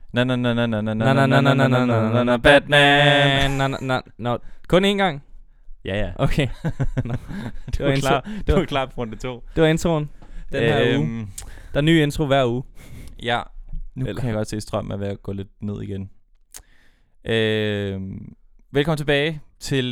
Batman. Kun én gang. Ja. Okay. Du er klar på runde 2. Det var introen. Den her uge. Der er ny intro hver uge. Ja. Nu kan jeg godt se strømmen er ved at gå lidt ned igen. Velkommen tilbage til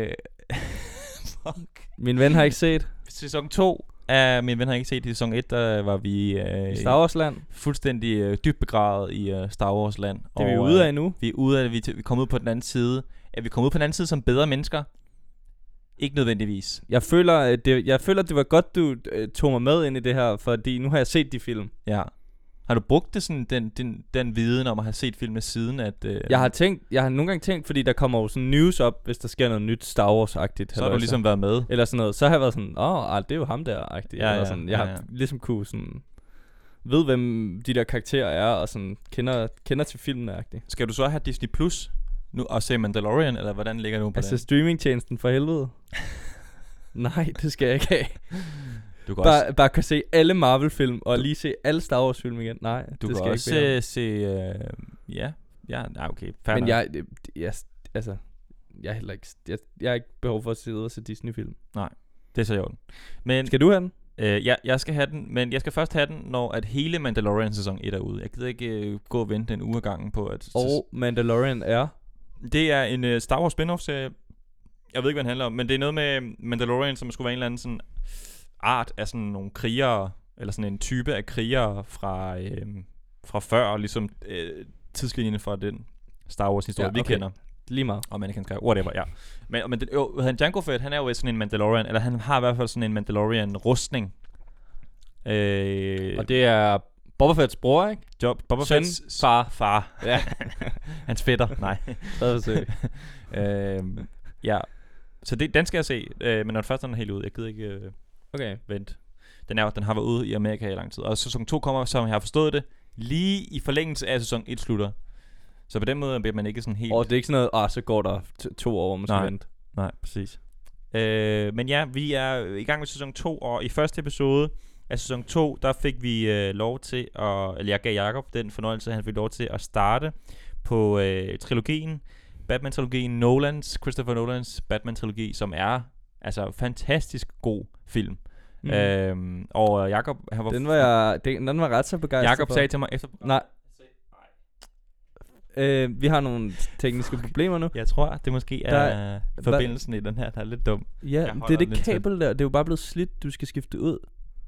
Min ven har ikke set sæson 2 af Min ven har ikke set. I sæson 1 der var vi i Star Wars land. Fuldstændig dybt begravet i Star Wars land. Det er vi ude af nu. Vi er ude af det. Vi er kommet ud på den anden side. Er vi kommet ud på den anden side som bedre mennesker? Ikke nødvendigvis. Jeg føler det var godt du tog mig med ind i det her, fordi nu har jeg set de film. Ja. Har du brugt det sådan den viden om at have set filmene siden at Jeg har nogle gange tænkt, fordi der kommer jo sådan news op, hvis der sker noget nyt Star Wars-agtigt. Så har du ligesom været med. Eller sådan noget. Så har jeg været sådan, det er jo ham der-agtigt. Ja, eller sådan. Jeg har ligesom kunne sådan ved hvem de der karakterer er og sådan kender til filmene-agtigt. Skal du så have Disney Plus nu og se Mandalorian, eller hvordan ligger du på altså den? Streamingtjenesten for helvede. Nej, det skal jeg ikke have. Du kan bare kan se alle Marvel-film og lige se alle Star Wars-film igen. Nej, du det kan skal også jeg ikke okay. Men jeg heller ikke. Jeg har ikke behov for at sidde og se Disney-film. Nej, det er så i orden. Men skal du have den? Jeg skal have den, men jeg skal først have den, når at hele Mandalorian sæson 1 er ude. Jeg gider ikke gå og vente en uge ad gangen på at. Og Mandalorian er? Det er en Star Wars spin-off-serie. Jeg ved ikke hvad den handler om, men det er noget med Mandalorian, som skulle være en eller anden sådan art af sådan nogle krigere, eller sådan en type af krigere fra før, ligesom tidslinjen fra den Star Wars historie, vi kender. Lige meget. Og man kan skrive, whatever, ja. Men Jango Fett, han er jo sådan en Mandalorian, eller han har i hvert fald sådan en Mandalorian-rustning. Og det er Boba Fett's bror, ikke? Boba Fett's far. Ja. Hans fætter, nej. Ja. Så den skal jeg se, men når den første er helt ud, jeg gider ikke vente. Den har været ude i Amerika i lang tid. Og sæson 2 kommer, som jeg har forstået det, lige i forlængelse af sæson 1 slutter. Så på den måde bliver man ikke sådan helt. Det er ikke sådan noget, så går der 2 år, man skal vente. Nej, præcis. Men ja, vi er i gang med sæson 2, og i første episode af sæson 2, der fik vi lov til eller jeg gav Jacob den fornøjelse, at han fik lov til at starte på trilogien, Batman-trilogien, Christopher Nolans Batman-trilogi, som er altså fantastisk god film. Og Jacob, han var den var ret så begejstret. Jacob sagde til mig efter. Nej. Vi har nogle tekniske problemer nu. Jeg tror det måske er forbindelsen i den her, der er lidt dum. Ja, det er det kabel der. Det er jo bare blevet slidt. Du skal skifte ud.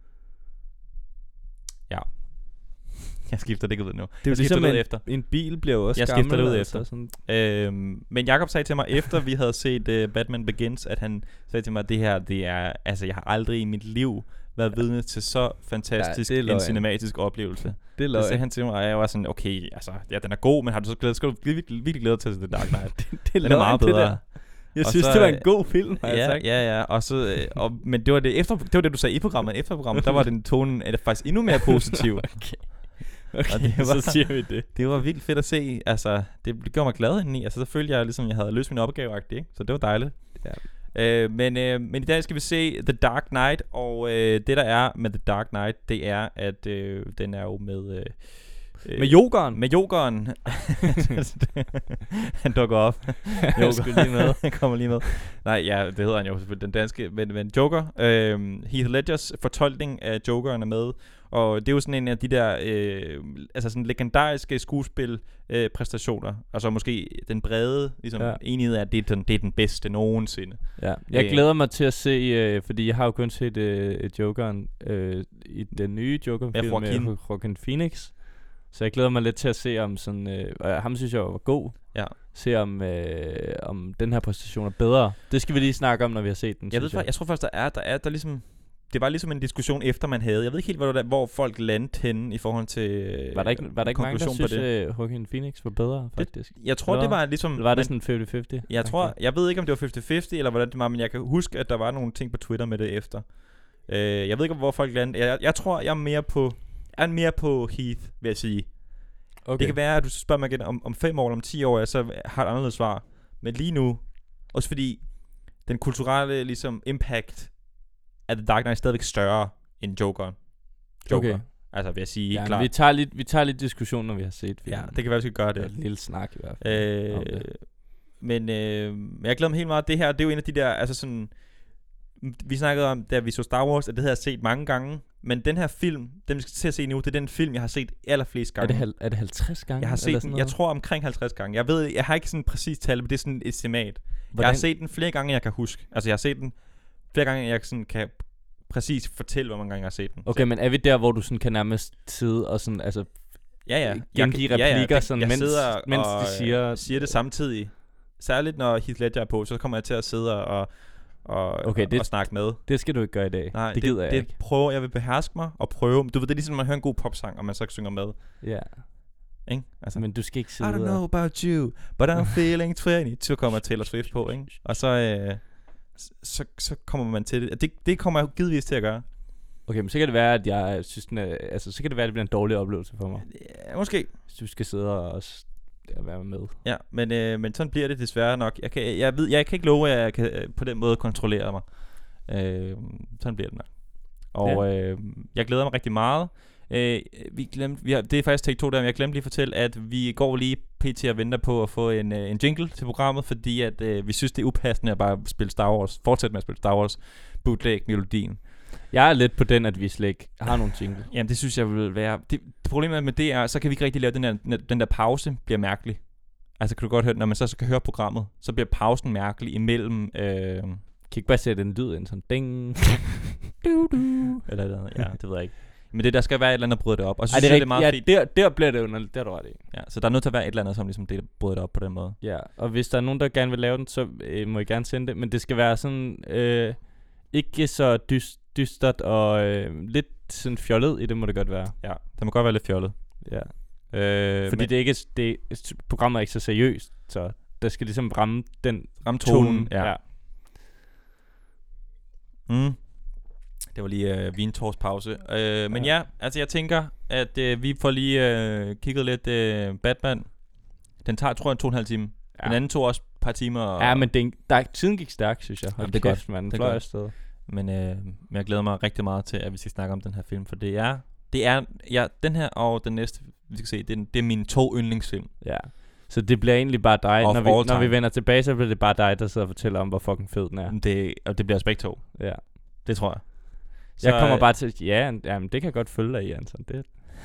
Ja. Jeg skifter det ikke ud nu. Det er jo ligesom en bil bliver jo også gammel. Jeg skifter det ud efter. Sådan. Men Jacob sagde til mig, efter vi havde set Batman Begins, at han sagde til mig, at det her, det er, altså jeg har aldrig i mit liv været vidne til så fantastisk en cinematisk oplevelse. Det sagde han til mig, og jeg var sådan, okay, altså, ja, den er god, men har du så skal du virkelig glæde til The Dark Knight? Den er meget bedre. Jeg synes, det var en god film, har jeg sagt. Ja. Og så, men det var det du sagde i programmet. Efter programmet, der var den tonen faktisk endnu mere positiv. Okay, så siger vi det. Det var virkelig fedt at se. Altså, det gjorde mig glad indeni. Altså, så følte jeg ligesom, jeg havde løst min opgave, ikke? Så det var dejligt. Ja. Men i dag skal vi se The Dark Knight. Og det der er med The Dark Knight, det er, at den er jo med Jokeren. Med Jokeren. Han dukker op. Han kommer lige med. Nej, ja, det hedder han jo den danske. Men Joker. Heath Ledgers fortolkning af Jokeren er med. Og det er jo sådan en af de der altså sådan legendariske skuespilpræstationer. Altså måske den brede enighed er, at det er den bedste nogensinde. Ja. Jeg glæder mig til at se, fordi jeg har jo kun set Jokeren i den nye Joker-film med Joaquin Phoenix. Så jeg glæder mig lidt til at se om sådan ham synes jeg var god. Ja. Se om den her præstation er bedre. Det skal vi lige snakke om, når vi har set den. Jeg tror faktisk der er ligesom. Det var ligesom en diskussion efter man havde. Jeg ved ikke helt hvor folk landte henne i forhold til var der ikke mange der synes Joaquin Phoenix var bedre faktisk? Jeg tror det var ligesom var det sådan 50-50? Jeg ved ikke om det var 50-50 eller hvordan det var, men jeg kan huske at der var nogle ting på Twitter med det efter. Jeg ved ikke hvor folk landte. Jeg tror jeg er mere på Heath, vil jeg sige. Okay. Det kan være at du spørger mig igen om 5 år eller om 10 år, så har et anderledes svar. Men lige nu også fordi den kulturelle ligesom impact af The Dark Knight stadigvæk større end Joker. Okay. Altså, vil jeg sige, klart. Vi tager lidt diskussion, når vi har set filmen. Ja, det kan være, vi skal gøre det. En lille snak i hvert fald. Men jeg glæder mig helt meget. Det her, det er jo en af de der, altså sådan... Vi snakkede om, da vi så Star Wars, at det havde jeg set mange gange. Men den her film, den vi skal til at se nu, det er den film, jeg har set allerflest gange. Er det 50 gange? Jeg har set den, jeg tror omkring 50 gange. Jeg har ikke sådan en præcis tal, men det er sådan et estimat. Jeg har set den flere gange, jeg kan huske. Altså, jeg har set den flere gange, jeg sådan kan præcis fortælle, hvor mange gange jeg har set den. Okay, men er vi der, hvor du sådan kan nærmest sidde og sådan, altså... gengive replikker, sådan, mens de siger det samtidig. Særligt når Heath Ledger er på, så kommer jeg til at sidde og snakke med. Det skal du ikke gøre i dag. Nej, det gider jeg ikke. Jeg vil beherske mig og prøve. Du ved, det er ligesom, når man hører en god popsang, og man så synger med. Ja. Ikke? Altså, men du skal ikke sidde I don't know about you, but I'm feeling 20. Så kommer Taylor Swift på, ikke? Og så kommer man til det. Det kommer jeg givetvis til at gøre. Okay, men så kan det være, at jeg synes, så kan det være, at det bliver en dårlig oplevelse for mig. Ja, måske. Hvis du skal sidde og være med. Ja, men sådan bliver det desværre nok. Jeg kan ikke love, at jeg kan på den måde kontrollere mig. Sådan bliver det nok. Og jeg glæder mig rigtig meget. Det er faktisk take 2 der, men jeg glemte lige at fortælle, at vi går lige pt. Og venter på at få en jingle til programmet, fordi at vi synes, det er upassende at bare spille Star Wars. Fortsætte med at spille Star Wars. Bootleg-melodien. Jeg er lidt på den, at vi slet ikke har nogen jingle. Jamen, det synes jeg vil være... Problemet med det er, så kan vi ikke rigtig lave den der pause, bliver mærkelig. Altså, kan du godt høre, når man så kan høre programmet, så bliver pausen mærkelig imellem... Kan ikke bare sætte en lyd ind, sådan ding... Eller ja, det ved jeg ikke. Men der skal være et eller andet, der bryder det op. Og så synes jeg, det er meget fint. Der bliver det underligt, der er du ret i. Ja, så der er nødt til at være et eller andet, som ligesom det bryder det op på den måde. Ja, og hvis der er nogen, der gerne vil lave den, så må I gerne sende det. Men det skal være sådan... ikke så dystert og lidt sådan fjollet i det må det godt være. Ja, det må godt være lidt fjollet. Ja. Fordi programmet er ikke så seriøst, så der skal ligesom ramme tonen. Ja. Det var lige vintårspause. Men ja, altså jeg tænker, at vi får lige kigget lidt Batman. Den tager, tror jeg, 2,5 timer. Ja. Den anden tog også et par timer. Ja, men tiden gik stærkt, synes jeg. Jamen, det er godt. Man fløj afsted. Men jeg glæder mig rigtig meget til, at vi skal snakke om den her film, for det er den her og den næste, vi skal se, det er mine 2 yndlingsfilm. Ja. Så det bliver egentlig bare dig, når vi vender tilbage, så bliver det bare dig, der sidder og fortæller om, hvor fucking fed den er. Og det bliver os begge 2. Ja. Det tror jeg. Så jeg kommer bare til, men det kan godt følge dig i, Anton. Det.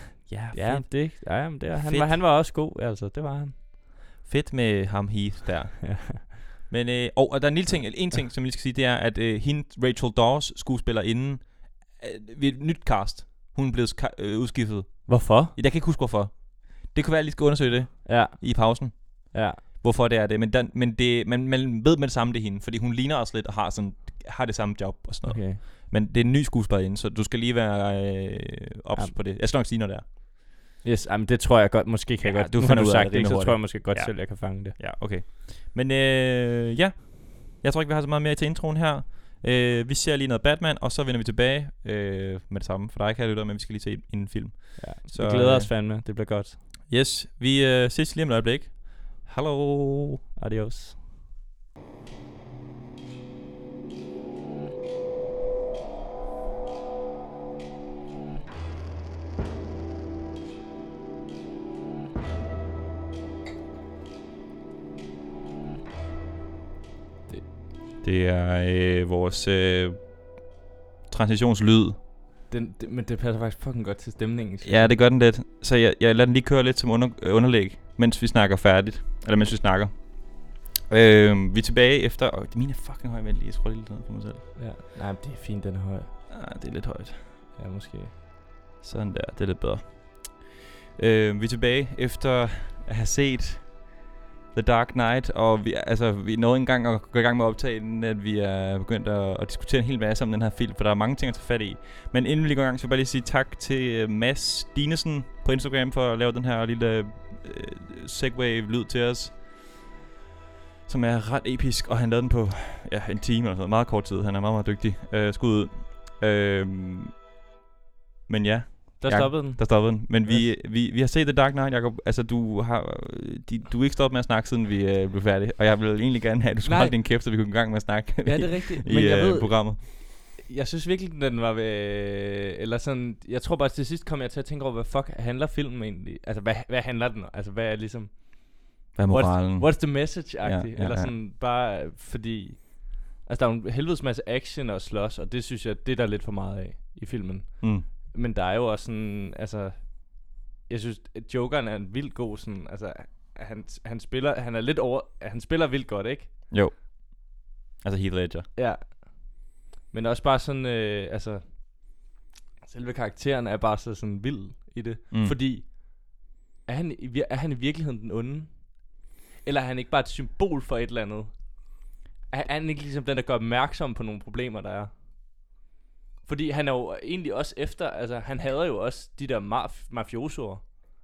Han var også god, altså, det var han. Fedt med ham Heath der. Ja. Men, og der er en ting, som jeg lige skal sige, det er, at Rachel Dawes, skuespillerinden, ved et nyt cast, hun er blevet udskiftet. Hvorfor? Jeg kan ikke huske, hvorfor. Det kunne være, at jeg lige skal undersøge det i pausen. Ja. Hvorfor det er det. Men man ved med det samme, det er hende, fordi hun ligner også lidt og har det samme job og sådan noget. Okay. Men det er en ny skuespillerinde, så du skal lige være ops på det. Jeg skal nok sige, når det er. Yes, det tror jeg godt, måske kan jeg godt. Du finder ud af det, så tror jeg måske godt selv, jeg kan fange det. Ja, okay. Men jeg tror ikke, vi har så meget mere til introen her. Vi ser lige noget Batman, og så vender vi tilbage med det samme. For der er ikke her lytter, men vi skal lige se en film. Ja, så vi glæder os fandme, det bliver godt. Yes, vi ses lige om et øjeblik. Hallo. Adios. Det er vores transitionslyd. Men det passer faktisk fucking godt til stemningen. Ja, det gør den lidt. Så jeg lader den lige køre lidt som underlæg, mens vi snakker færdigt. Eller mens vi snakker. Vi er tilbage efter... det mine er fucking høj, jeg skruer lidt ned på mig selv. Ja, nej, det er fint, den er høj. Nej, det er lidt højt. Ja, måske. Sådan der, det er lidt bedre. Vi er tilbage efter at have set The Dark Knight, og vi nåede engang at gå i gang med optagelsen, at vi er begyndt at diskutere en hel masse om den her film, for der er mange ting at tage fat i. Men inden vi lige går i gang, så vil jeg bare lige sige tak til Mads Dinesen på Instagram for at lave den her lille segway-lyd til os, som er ret episk, og han lavede den på en time eller sådan, meget kort tid. Han er meget, meget dygtig. Skud ud. Men ja. Der stoppede den. Men vi har set The Dark Knight, Jacob. Altså, du er ikke stoppet med at snakke, siden vi blev færdige. Og jeg vil egentlig gerne have, at du skulle holde din kæft, så vi kunne i gang med at snakke. Ja, det er rigtigt. Men jeg ved, programmet. Jeg synes virkelig, den var eller sådan, jeg tror bare til sidst kom jeg til at tænke over, hvad fuck handler filmen egentlig? Altså, hvad handler den? Altså, hvad er ligesom... Hvad er moralen? What's the message-agtigt? Eller sådan bare fordi... Altså, der er jo en helvedes masse action og slås, og det synes jeg, det er der lidt for meget af i filmen. Men der er jo også sådan, altså... Jeg synes, at Jokeren er en vildt god sådan, altså... Han spiller vildt godt, ikke? Jo. Altså Heath Ledger. Ja. Men også bare sådan, altså... Selve karakteren er bare så sådan vild i det. Fordi... Er han i virkeligheden den onde? Eller er han ikke bare et symbol for et eller andet? Er han ikke ligesom den, der gør opmærksom på nogle problemer, der er? Fordi han er jo egentlig også efter... Altså, han hader jo også de der mafiosoer.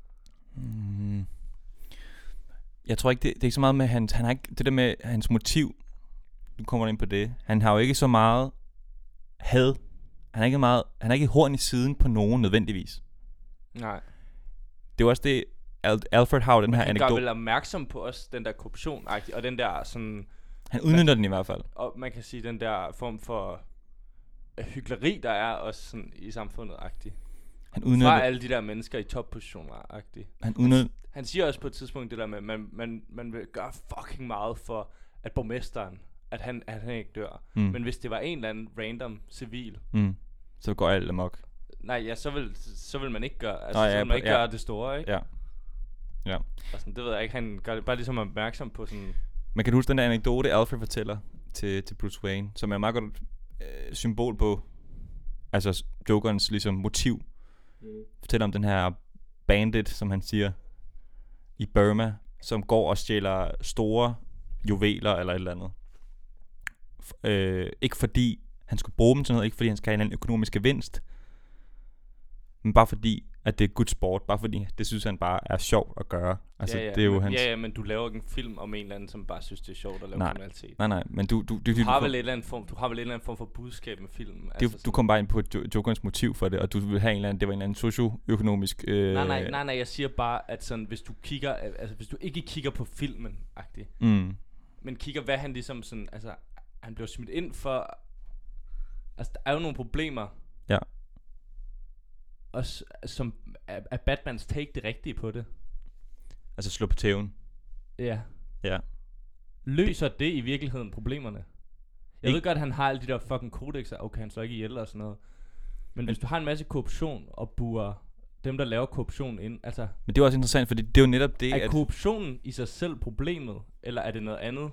Jeg tror ikke, det er ikke så meget med han har ikke det der med hans motiv. Nu kommer du ind på det. Han har jo ikke så meget had. Han har ikke horn i siden på nogen nødvendigvis. Nej. Det er også det Alfred har den her anekdote. Han gør vel opmærksom på også den der korruption og den der sådan... Han udnytter den i hvert fald. Og man kan sige den der form for hykleri, der er også sådan i samfundet-agtigt. Han udnytter... Fra alle de der mennesker i toppositioner-agtigt. Han siger også på et tidspunkt det der med, man vil gøre fucking meget for, at borgmesteren, at han ikke dør. Men hvis det var en eller anden random civil, så går alt amok. Nej, ja, så vil man ikke gøre, altså så vil man ikke gøre det store, ikke? Ja. Og sådan, det ved jeg ikke, han gør det bare ligesom opmærksom på sådan... Man kan huske den der anekdote, Alfred fortæller til Bruce Wayne, som er et meget godt symbol på, altså Jokerens ligesom motiv. Fortæller om den her bandit, som han siger, i Burma, som går og stjæler store juveler eller et eller andet. Ikke fordi han skulle bruge dem til noget, ikke fordi han skal have en økonomisk gevinst, men bare fordi at det er good sport, bare fordi det synes han bare er sjovt at gøre. Altså det er jo hans... Ja, men du laver ikke en film om en eller anden, som bare synes det er sjovt at lave kriminalitet. Nej, men du har vel en eller anden form for budskab med filmen. Altså du kom bare ind på Jokerens motiv for det, og du vil have det var en eller anden socioøkonomisk... Nej, jeg siger bare, at sådan, hvis du ikke kigger på filmen, men kigger, hvad han ligesom sådan, altså, han blev smidt ind for, altså, der er jo nogle problemer. Ja. Og som er Batmans take det rigtige på det. Altså slå på tæven. Ja. Løser det i virkeligheden problemerne? Jeg ved godt, at han har alle de der fucking kodexer. Okay, han slår ikke ihjel og sådan noget. Men hvis du har en masse korruption og burer dem, der laver korruption ind, altså... Men det er også interessant, fordi det er jo netop det, er korruptionen i sig selv problemet? Eller er det noget andet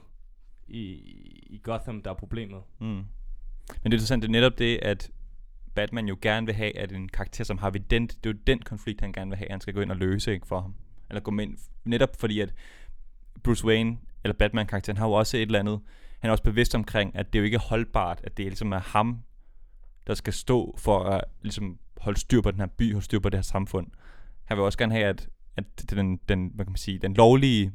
i Gotham, der er problemet? Men det er interessant, det er netop det, at Batman jo gerne vil have, at en karakter som Harvey Dent, det er jo den konflikt, han gerne vil have, han skal gå ind og løse, ikke, for ham. Eller gå ind, netop fordi, at Bruce Wayne, eller Batman-karakteren, har jo også et eller andet, han er også bevidst omkring, at det jo ikke er holdbart, at det ligesom er ham, der skal stå for at ligesom holde styr på den her by, holde styr på det her samfund. Han vil også gerne have, at den hvad kan man sige, den lovlige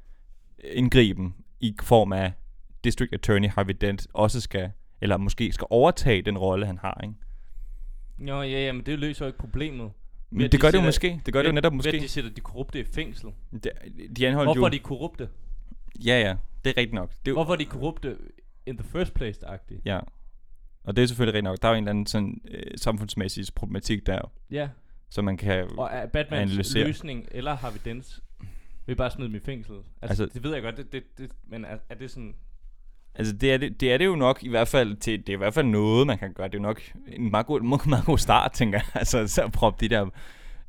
indgriben i form af District Attorney Harvey Dent også skal, eller måske skal overtage den rolle, han har, ikke? Jo, ja, men det løser jo ikke problemet. Men det gør det jo måske. Det gør det jo netop måske. Ved at de sætter de korrupte i fængsel. Hvorfor er de korrupte? Ja, det er rigtigt nok. Hvorfor er de korrupte in the first place-agtigt? Ja, og det er selvfølgelig rigtigt nok. Der er jo en eller anden sådan samfundsmæssig problematik der. Ja. Så man kan og er Batmans analysere. Løsning, eller har vi dens, vil bare smide dem i fængsel? Altså, det ved jeg godt, men er det sådan... Altså det er det jo nok i hvert fald til, det er i hvert fald noget man kan gøre. Det er jo nok en meget god start, tænker jeg. Altså så at proppe de der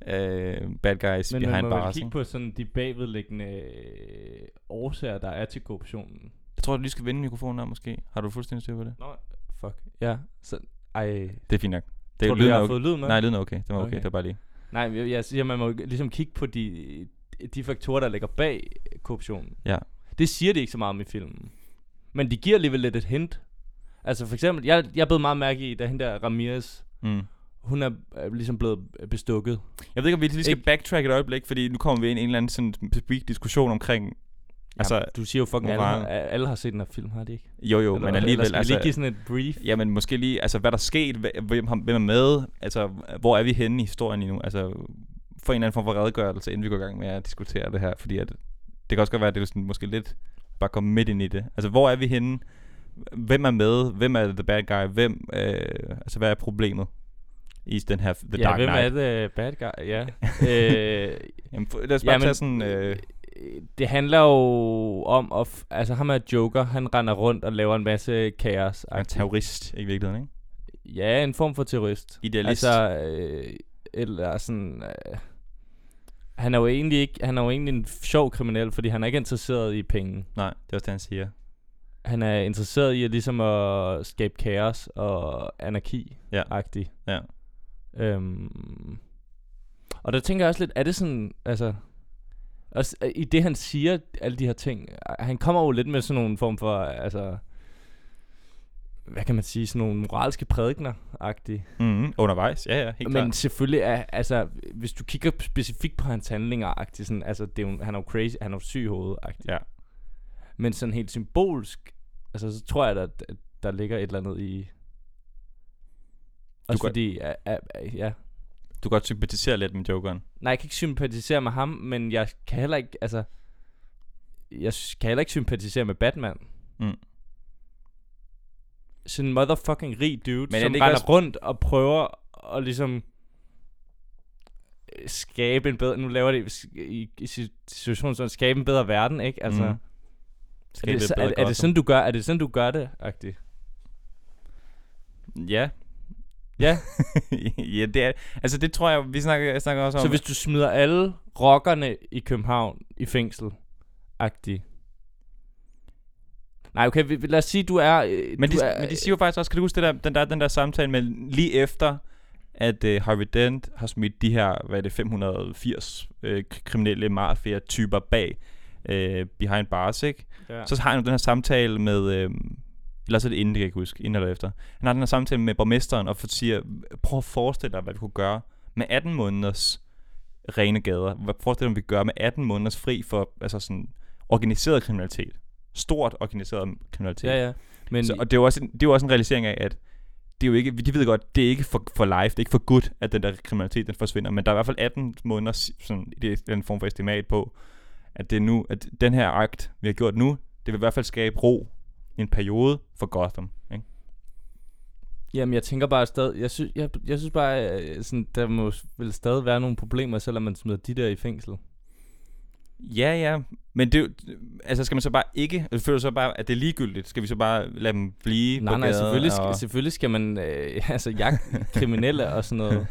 bad guys men behind bars. Men man må kigge ikke? på sådan de bagvedliggende årsager, der er til korruptionen. Jeg tror du lige skal vende mikrofonen her måske. Har du fuldstændig styr på det? Nå, fuck. Ja, så det er fint nok. Det tror du, jeg har fået lyden med? Nej, lyden er okay. Det var okay. Det var bare lige. Nej, jeg siger man må ligesom kigge på de faktorer, der ligger bag korruptionen. Ja. Det siger de ikke så meget om i filmen. Men de giver alligevel lidt et hint. Altså for eksempel, jeg blev meget mærke i, da hende der Ramirez, hun er ligesom blevet bestukket. Jeg ved ikke, om vi lige skal backtrack et øjeblik, fordi nu kommer vi ind i en eller anden sådan diskussion omkring... Altså, du siger jo fucking, alle har set den her film, har de ikke? Jo, eller, men alligevel... Eller skal vi lige give sådan et brief? Ja, men måske lige, altså hvad der er sket, hvem er med, altså hvor er vi henne i historien lige nu? Altså få en eller anden form for redegørelse, inden vi går i gang med at diskutere det her, fordi at det kan også godt være, at det er sådan, måske lidt bare komme midt ind i det. Altså hvor er vi henne? hvem er med? Hvem er the bad guy? Altså, hvad er problemet i den her The Dark Knight? Ja, hvem er the bad guy? Ja. Jamen, lad os bare tage sådan... Det handler jo om, altså ham er Joker, han render rundt og laver en masse kaos. En terrorist i virkeligheden, ikke? Ja, en form for terrorist. Idealist. Altså, eller sådan... Han er jo egentlig en sjov kriminel, fordi han er ikke interesseret i penge. Nej, det er også det, han siger. Han er interesseret i ligesom at skabe kaos og anarki-agtigt. Ja. Og der tænker jeg også lidt, er det sådan, altså... Også i det han siger, alle de her ting, han kommer jo lidt med sådan nogle form for, altså, hvad kan man sige, sådan nogle moralske prædikener-agtige. Undervejs, ja, helt klart. Men selvfølgelig er, altså, hvis du kigger specifikt på hans handlinger-agtigt, sådan, altså, det er jo, han er jo crazy, han er jo syg i hovedet-agtigt. Ja. Men sådan helt symbolsk, altså, så tror jeg, at der ligger et eller andet i, også fordi, ja. Du kan godt sympatisere lidt med Jokeren. Nej, jeg kan ikke sympatisere med ham, men jeg kan heller ikke, altså... Jeg kan heller ikke sympatisere med Batman. Sådan en motherfucking rig dude, men som render rundt og prøver at ligesom... skabe en bedre... Nu laver det i situationen sådan, skabe en bedre verden, ikke? Altså... Er det sådan, du gør? Er det sådan, du gør det, agtigt? Ja. Ja. Ja, det er... Altså, det tror jeg, vi snakker også om... Så hvis du smider alle rockerne i København i fængsel-agtigt... Nej, okay, lad os sige, du er... Men de siger jo faktisk også, kan du huske det den der samtale med lige efter, at Harvey Dent har smidt de her, hvad er det, 580 kriminelle mafia-typer bag behind bars, ikke? Ja. Så har han jo den her samtale med... eller så er det inden, det kan jeg ikke huske, inden eller efter. Han har den her samtale med borgmesteren og siger, prøv at forestille dig, hvad vi kunne gøre med 18 måneders rene gader. Hvad forestiller dig, vi gør med 18 måneders fri for altså sådan organiseret kriminalitet. Stort organiseret kriminalitet. Ja. Men så, og det er jo også en realisering af, at det er jo ikke, de ved godt, det er ikke for life, det er ikke for good, at den der kriminalitet den forsvinder, men der er i hvert fald 18 måneder sådan, det er en form for estimat på, at det er nu, at den her akt, vi har gjort nu, det vil i hvert fald skabe ro en periode for Gotham, ikke? Jamen, jeg tænker bare stadig... Jeg synes bare, sådan, der må vel stadig være nogle problemer, selvom man smider de der i fængsel. Ja. Men det altså, skal man så bare ikke... Eller føler du så bare, at det er ligegyldigt? Skal vi så bare lade dem blive på gaden? Selvfølgelig skal man altså jagte kriminelle og sådan noget.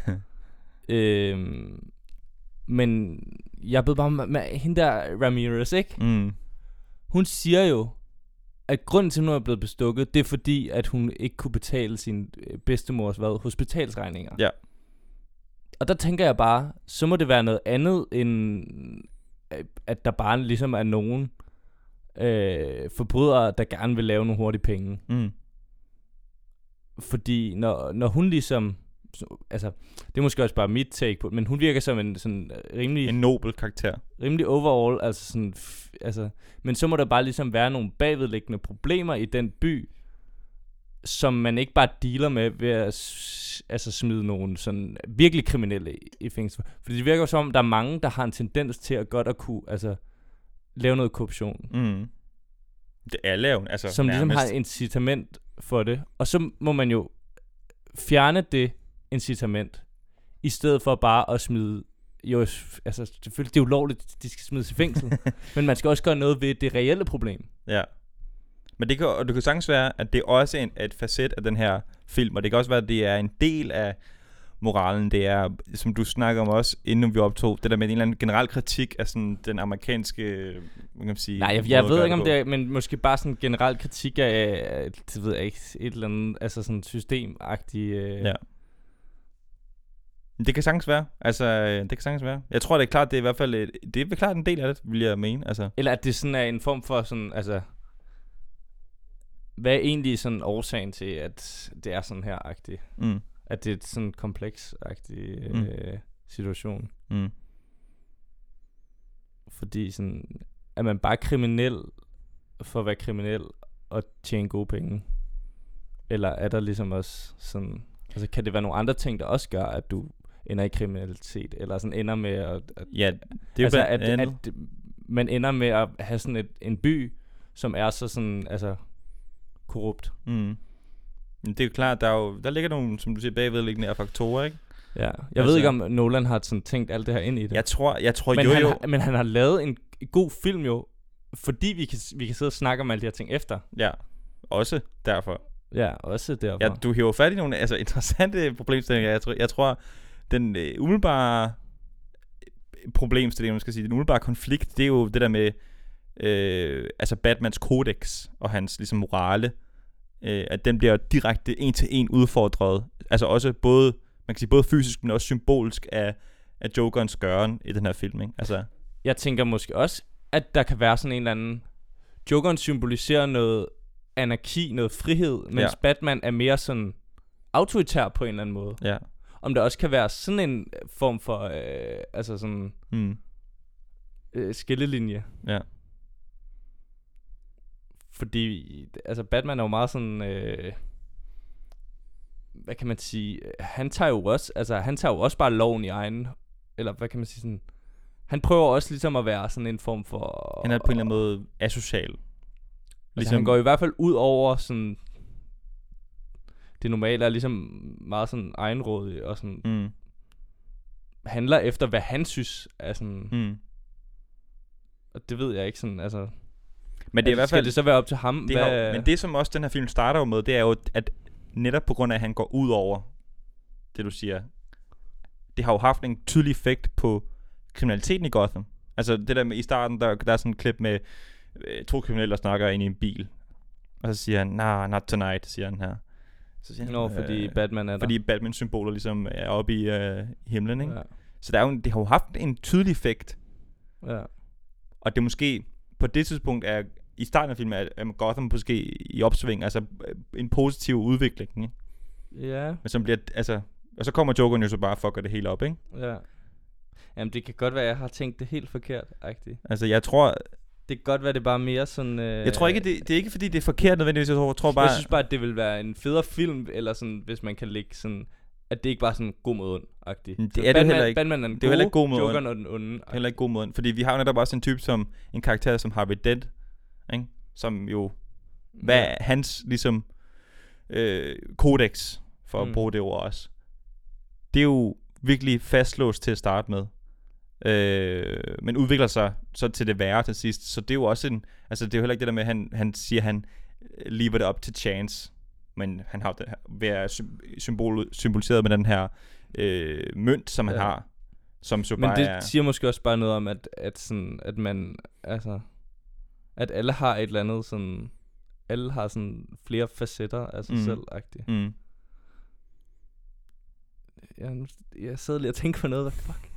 Men jeg ved bare med hende der Ramirez, ikke? Hun siger jo, at grunden til, at hun er blevet bestukket, det er fordi, at hun ikke kunne betale sin bedstemors hospitalsregninger. Ja. Og der tænker jeg bare, så må det være noget andet, end at der bare ligesom er nogen forbrydere, der gerne vil lave nogle hurtige penge. Fordi når hun ligesom... Altså, det er måske også bare mit take på, men hun virker som en sådan rimelig... En nobel karakter. Rimelig overall, altså sådan... Altså, men så må der bare ligesom være nogle bagvedliggende problemer i den by, som man ikke bare dealer med ved at smide nogle sådan virkelig kriminelle i fængsel. Fordi det virker jo som om, der er mange, der har en tendens til at godt at kunne lave noget korruption. Det er lavet, altså som nærmest. Ligesom har incitament for det. Og så må man jo fjerne det incitament, i stedet for bare at smide... Jo, altså selvfølgelig, det er ulovligt, de skal smides i fængsel. Men man skal også gøre noget ved det reelle problem. Ja. Men det kan sagtens være, at det er også et facet af den her film, og det kan også være, at det er en del af moralen. Det er, som du snakker om også, inden vi optog, det der med en eller anden generel kritik af sådan den amerikanske, hvad kan man sige... Nej, jeg ved ikke om det er, men måske bare sådan en generel kritik af, det ved jeg ikke, et eller andet, altså sådan systemagtigt... Ja. Det kan sagtens være. Altså, det kan sagtens være. Jeg tror, det er klart, det er i hvert fald det er klart en del af det, vil jeg mene. Altså. Eller at det sådan er en form for sådan, altså... Hvad er egentlig sådan årsagen til, at det er sådan her-agtigt? At det er sådan en kompleks-agtig situation. Fordi sådan... Er man bare kriminel for at være kriminel og tjene gode penge? Eller er der ligesom også sådan... Altså, kan det være nogle andre ting, der også gør, at du ender i kriminalitet? Eller sådan ender med at ja, det er altså, at man ender med at have sådan en by, som er så sådan, altså korrupt. Men det er jo klart, der ligger nogle, som du siger, bagvedliggende faktorer, ikke? Ja, jeg ved ikke, om Nolan har sådan tænkt alt det her ind i det. Jeg tror men han har lavet en god film jo, fordi vi kan sidde og snakke om alle de her ting efter. Ja, også derfor. Ja, også derfor. Ja, du hiver fat i nogle interessante problemstillinger. Jeg tror, den umiddelbare problemstilling, man skal sige, den umiddelbare konflikt, det er jo det der med Batmans kodex og hans ligesom morale, at den bliver direkte en til en udfordret. Altså også både, man kan sige både fysisk, men også symbolisk af Jokerens gøren i den her film, ikke? Altså, jeg tænker måske også, at der kan være sådan en eller anden, Jokeren symboliserer noget anarki, noget frihed, mens Batman er mere sådan autoritær på en eller anden måde. Ja. Om der også kan være sådan en form for skillelinje. Ja. Fordi Batman er jo meget sådan hvad kan man sige, han tager jo også bare loven i egen, eller hvad kan man sige, sådan, han prøver også ligesom at være sådan en form for, han er på en eller anden måde asocial. Ligesom, han går i hvert fald ud over sådan det normale, er ligesom meget sådan egenrådig og sådan handler efter hvad han synes er sådan. Og det ved jeg ikke sådan, altså. Men det er i hvert fald, skal det så være op til ham? Men det som også den her film starter med, det er jo at netop på grund af at han går ud over det du siger, det har jo haft en tydelig effekt på kriminaliteten i Gotham. Altså det der med i starten, der er sådan et klip med 2 kriminelle, der snakker ind i en bil, og så siger han, nah, not tonight, siger han her. Så siger han, fordi Batman er der. Fordi Batmans symboler ligesom er oppe i himlen, ikke? Ja. Så det har jo haft en tydelig effekt. Ja. Og det måske på det tidspunkt er i starten af filmen er Gotham måske i opsving, altså en positiv udvikling, ikke? Ja. Men som bliver, og så kommer Jokeren jo så bare og fucker det hele op, ikke? Ja. Jamen det kan godt være, jeg har tænkt det helt forkert-agtigt. Altså jeg tror, det kan godt være, det er bare mere sådan. Jeg tror ikke, det er ikke fordi det er forkert nødvendigvis. Jeg tror bare. Jeg synes bare, at det vil være en federe film, eller sådan, hvis man kan lægge sådan, at det ikke bare er sådan god mod ond-agtigt. Det er det heller ikke. Batman er den det er heller ikke god mod Jokeren og den onde. Heller ikke god mod ond, fordi vi har jo netop også en type som en karakter som Harvey Dent, ikke? Som jo hvad er hans ligesom kodex for at bruge det ord også. Det er jo virkelig fastlåst til at starte med. Men udvikler sig så til det værre til sidst. Så det er jo også det er jo heller ikke det der med han siger han lever det op til chance, men han har det været symboliseret med den her mønt som han har, som så men bare det siger måske også bare noget om at sådan at man at alle har et eller andet sådan, alle har sådan flere facetter af sig selv-agtigt. Jeg sidder lige og tænker på noget, hvad fuck.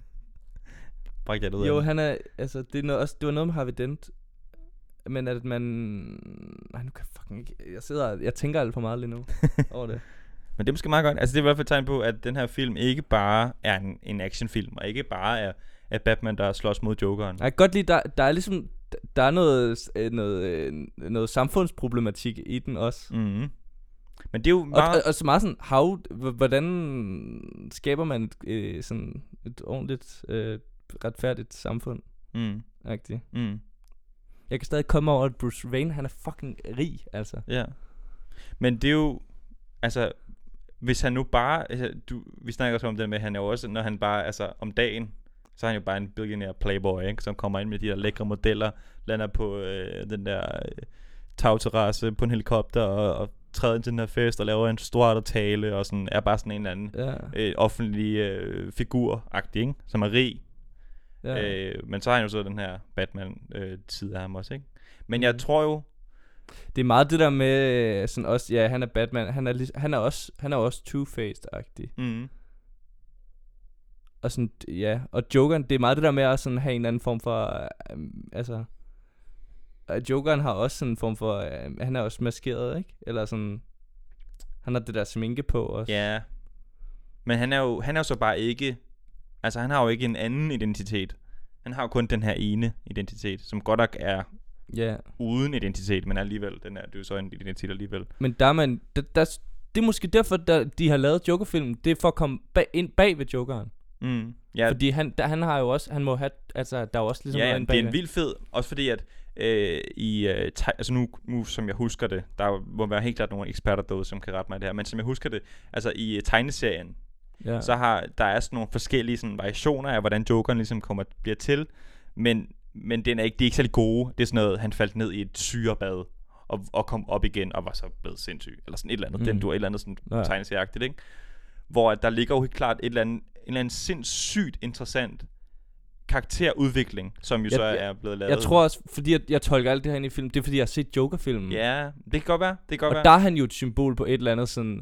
Jo, han er, det er noget, også, det var noget med Harvey Dent, men at man, nej, nu kan jeg fucking ikke, jeg tænker alt for meget lige nu over det. Men det er måske meget godt, det er i hvert fald et tegn på, at den her film ikke bare er en actionfilm, og ikke bare er Batman, der slås mod Jokeren. Jeg kan godt lide, der er ligesom, der er noget samfundsproblematik i den også. Men det er jo meget og så meget sådan, hvordan skaber man sådan et ordentligt retfærdigt samfund. Agtigt. Jeg kan stadig komme over, at Bruce Wayne, han er fucking rig, altså. Ja. Men det er jo, hvis han nu bare, vi snakker også om det med, at han er jo også, når han bare, om dagen, så er han jo bare en billionaire playboy, ikke? Som kommer ind med de der lækre modeller, lander på den der tagterrasse på en helikopter, og træder ind til den her fest, og laver en stor tale, og sådan, er bare sådan en eller anden offentlig figur-agtig, ikke? Som er rig. Ja. Men så har han jo så den her Batman-side af ham også, ikke? Men jeg tror jo, det er meget det der med sådan også, han er Batman, han er også two-faced-agtig. Og sådan, og Jokeren, det er meget det der med at sådan have en anden form for, Jokeren har også sådan en form for, han er også maskeret, ikke? Eller sådan, han har det der sminke på også. Ja, men han er jo så bare ikke, han har jo ikke en anden identitet. Han har jo kun den her ene identitet, som godt nok er uden identitet, men alligevel, det er jo så en identitet alligevel. Men der er det er måske derfor, de har lavet Joker-filmen, det er for at komme ind bag ved Jokeren. Ja. Fordi han har jo også, han må have, altså der er jo også ligesom noget det er en vild fed, også fordi at altså nu som jeg husker det, der må være helt klart nogle eksperter derude, som kan rette mig det her, men som jeg husker det, altså i tegneserien, så har der er sådan nogle forskellige sådan variationer af, hvordan Jokeren ligesom bliver til, men de er ikke særlig gode. Det er sådan noget, han faldt ned i et syrebad og kom op igen og var så blevet sindssyg, eller sådan et eller andet. Den du et eller andet sådan tegneserieagtigt, ikke? Hvor der ligger jo helt klart en eller anden sindssygt interessant karakterudvikling, som jo så er blevet lavet. Jeg tror også, fordi jeg tolker alt det her ind i film, det er fordi jeg har set Joker-filmen. Ja, det kan godt være. Og der er han jo et symbol på et eller andet sådan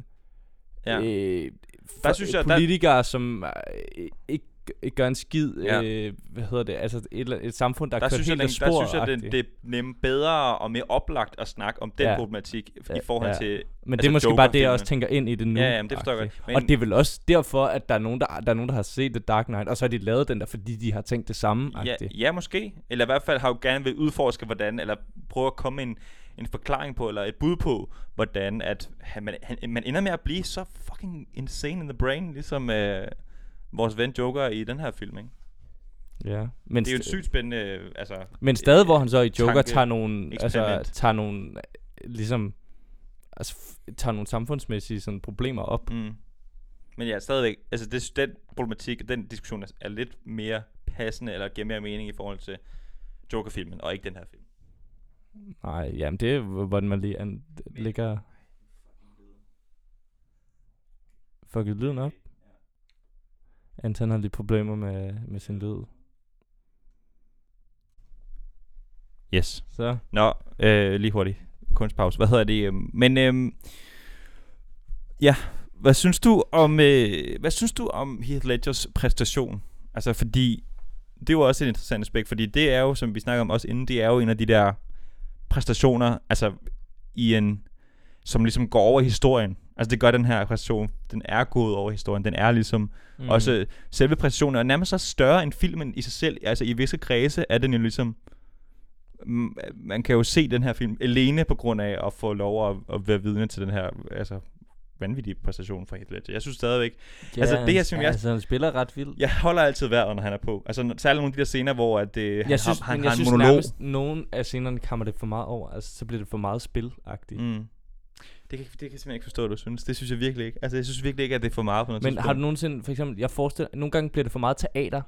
der synes jeg, politikere, som ikke gør en skid, hvad hedder det, altså et samfund, der kører helt af spor. Der synes jeg, det er nemt bedre og mere oplagt at snakke om den problematik i forhold til. Men det er måske bare det, jeg også tænker ind i det nu. Ja, det forstår jeg godt. Og det er vel også derfor, at der er nogen, der har set The Dark Knight, og så har de lavet den der, fordi de har tænkt det samme. Ja, måske. Eller i hvert fald har jo gerne vil udforske, hvordan, eller prøve at komme en forklaring på, eller et bud på, hvordan at man ender med at blive så fucking insane in the brain, ligesom vores ven Joker i den her film, ikke? Ja, men det er jo et sygt spændende, altså. Men stadig, hvor han så i Joker tager nogle ligesom, tager nogle samfundsmæssige sådan problemer op. Men ja, stadigvæk, altså den problematik, den diskussion er lidt mere passende, eller giver mere mening i forhold til Joker-filmen, og ikke den her film. Nej, jamen det er, hvordan man lige ligger. Fucket lyden op. Anton har lidt problemer med sin lyd. Yes. Så. Nå, lige hurtigt. Kunstpause. Hvad hedder det? Men ja, hvad synes du om Heath Ledgers præstation? Altså fordi det er jo også et interessant aspekt, fordi det er jo, som vi snakker om også inden, det er jo en af de der præstationer, altså som ligesom går over i historien. Altså det gør den her præstation, den er gået over historien, den er ligesom også selve præstationen er nærmest så større end filmen i sig selv. Altså i visse kredse er den jo ligesom, man kan jo se den her film alene på grund af at få lov at være vidne til den her altså vanvittige præstation fra Heath Ledger. Jeg synes stadigvæk, altså det her som han spiller ret vildt. Jeg holder altid vejret, når han er på. Altså særligt nogle af de der scener, hvor at han har en monolog. Nærmest nogle af scenerne kommer det for meget over. Altså så bliver det for meget spilagtigt. Det kan jeg simpelthen ikke forstå, at du synes. Det synes jeg virkelig ikke. Altså jeg synes virkelig ikke, at det er for meget på noget tidspunkt. Men har du nogensinde, for eksempel, jeg forestiller, nogle gange bliver det for meget teater.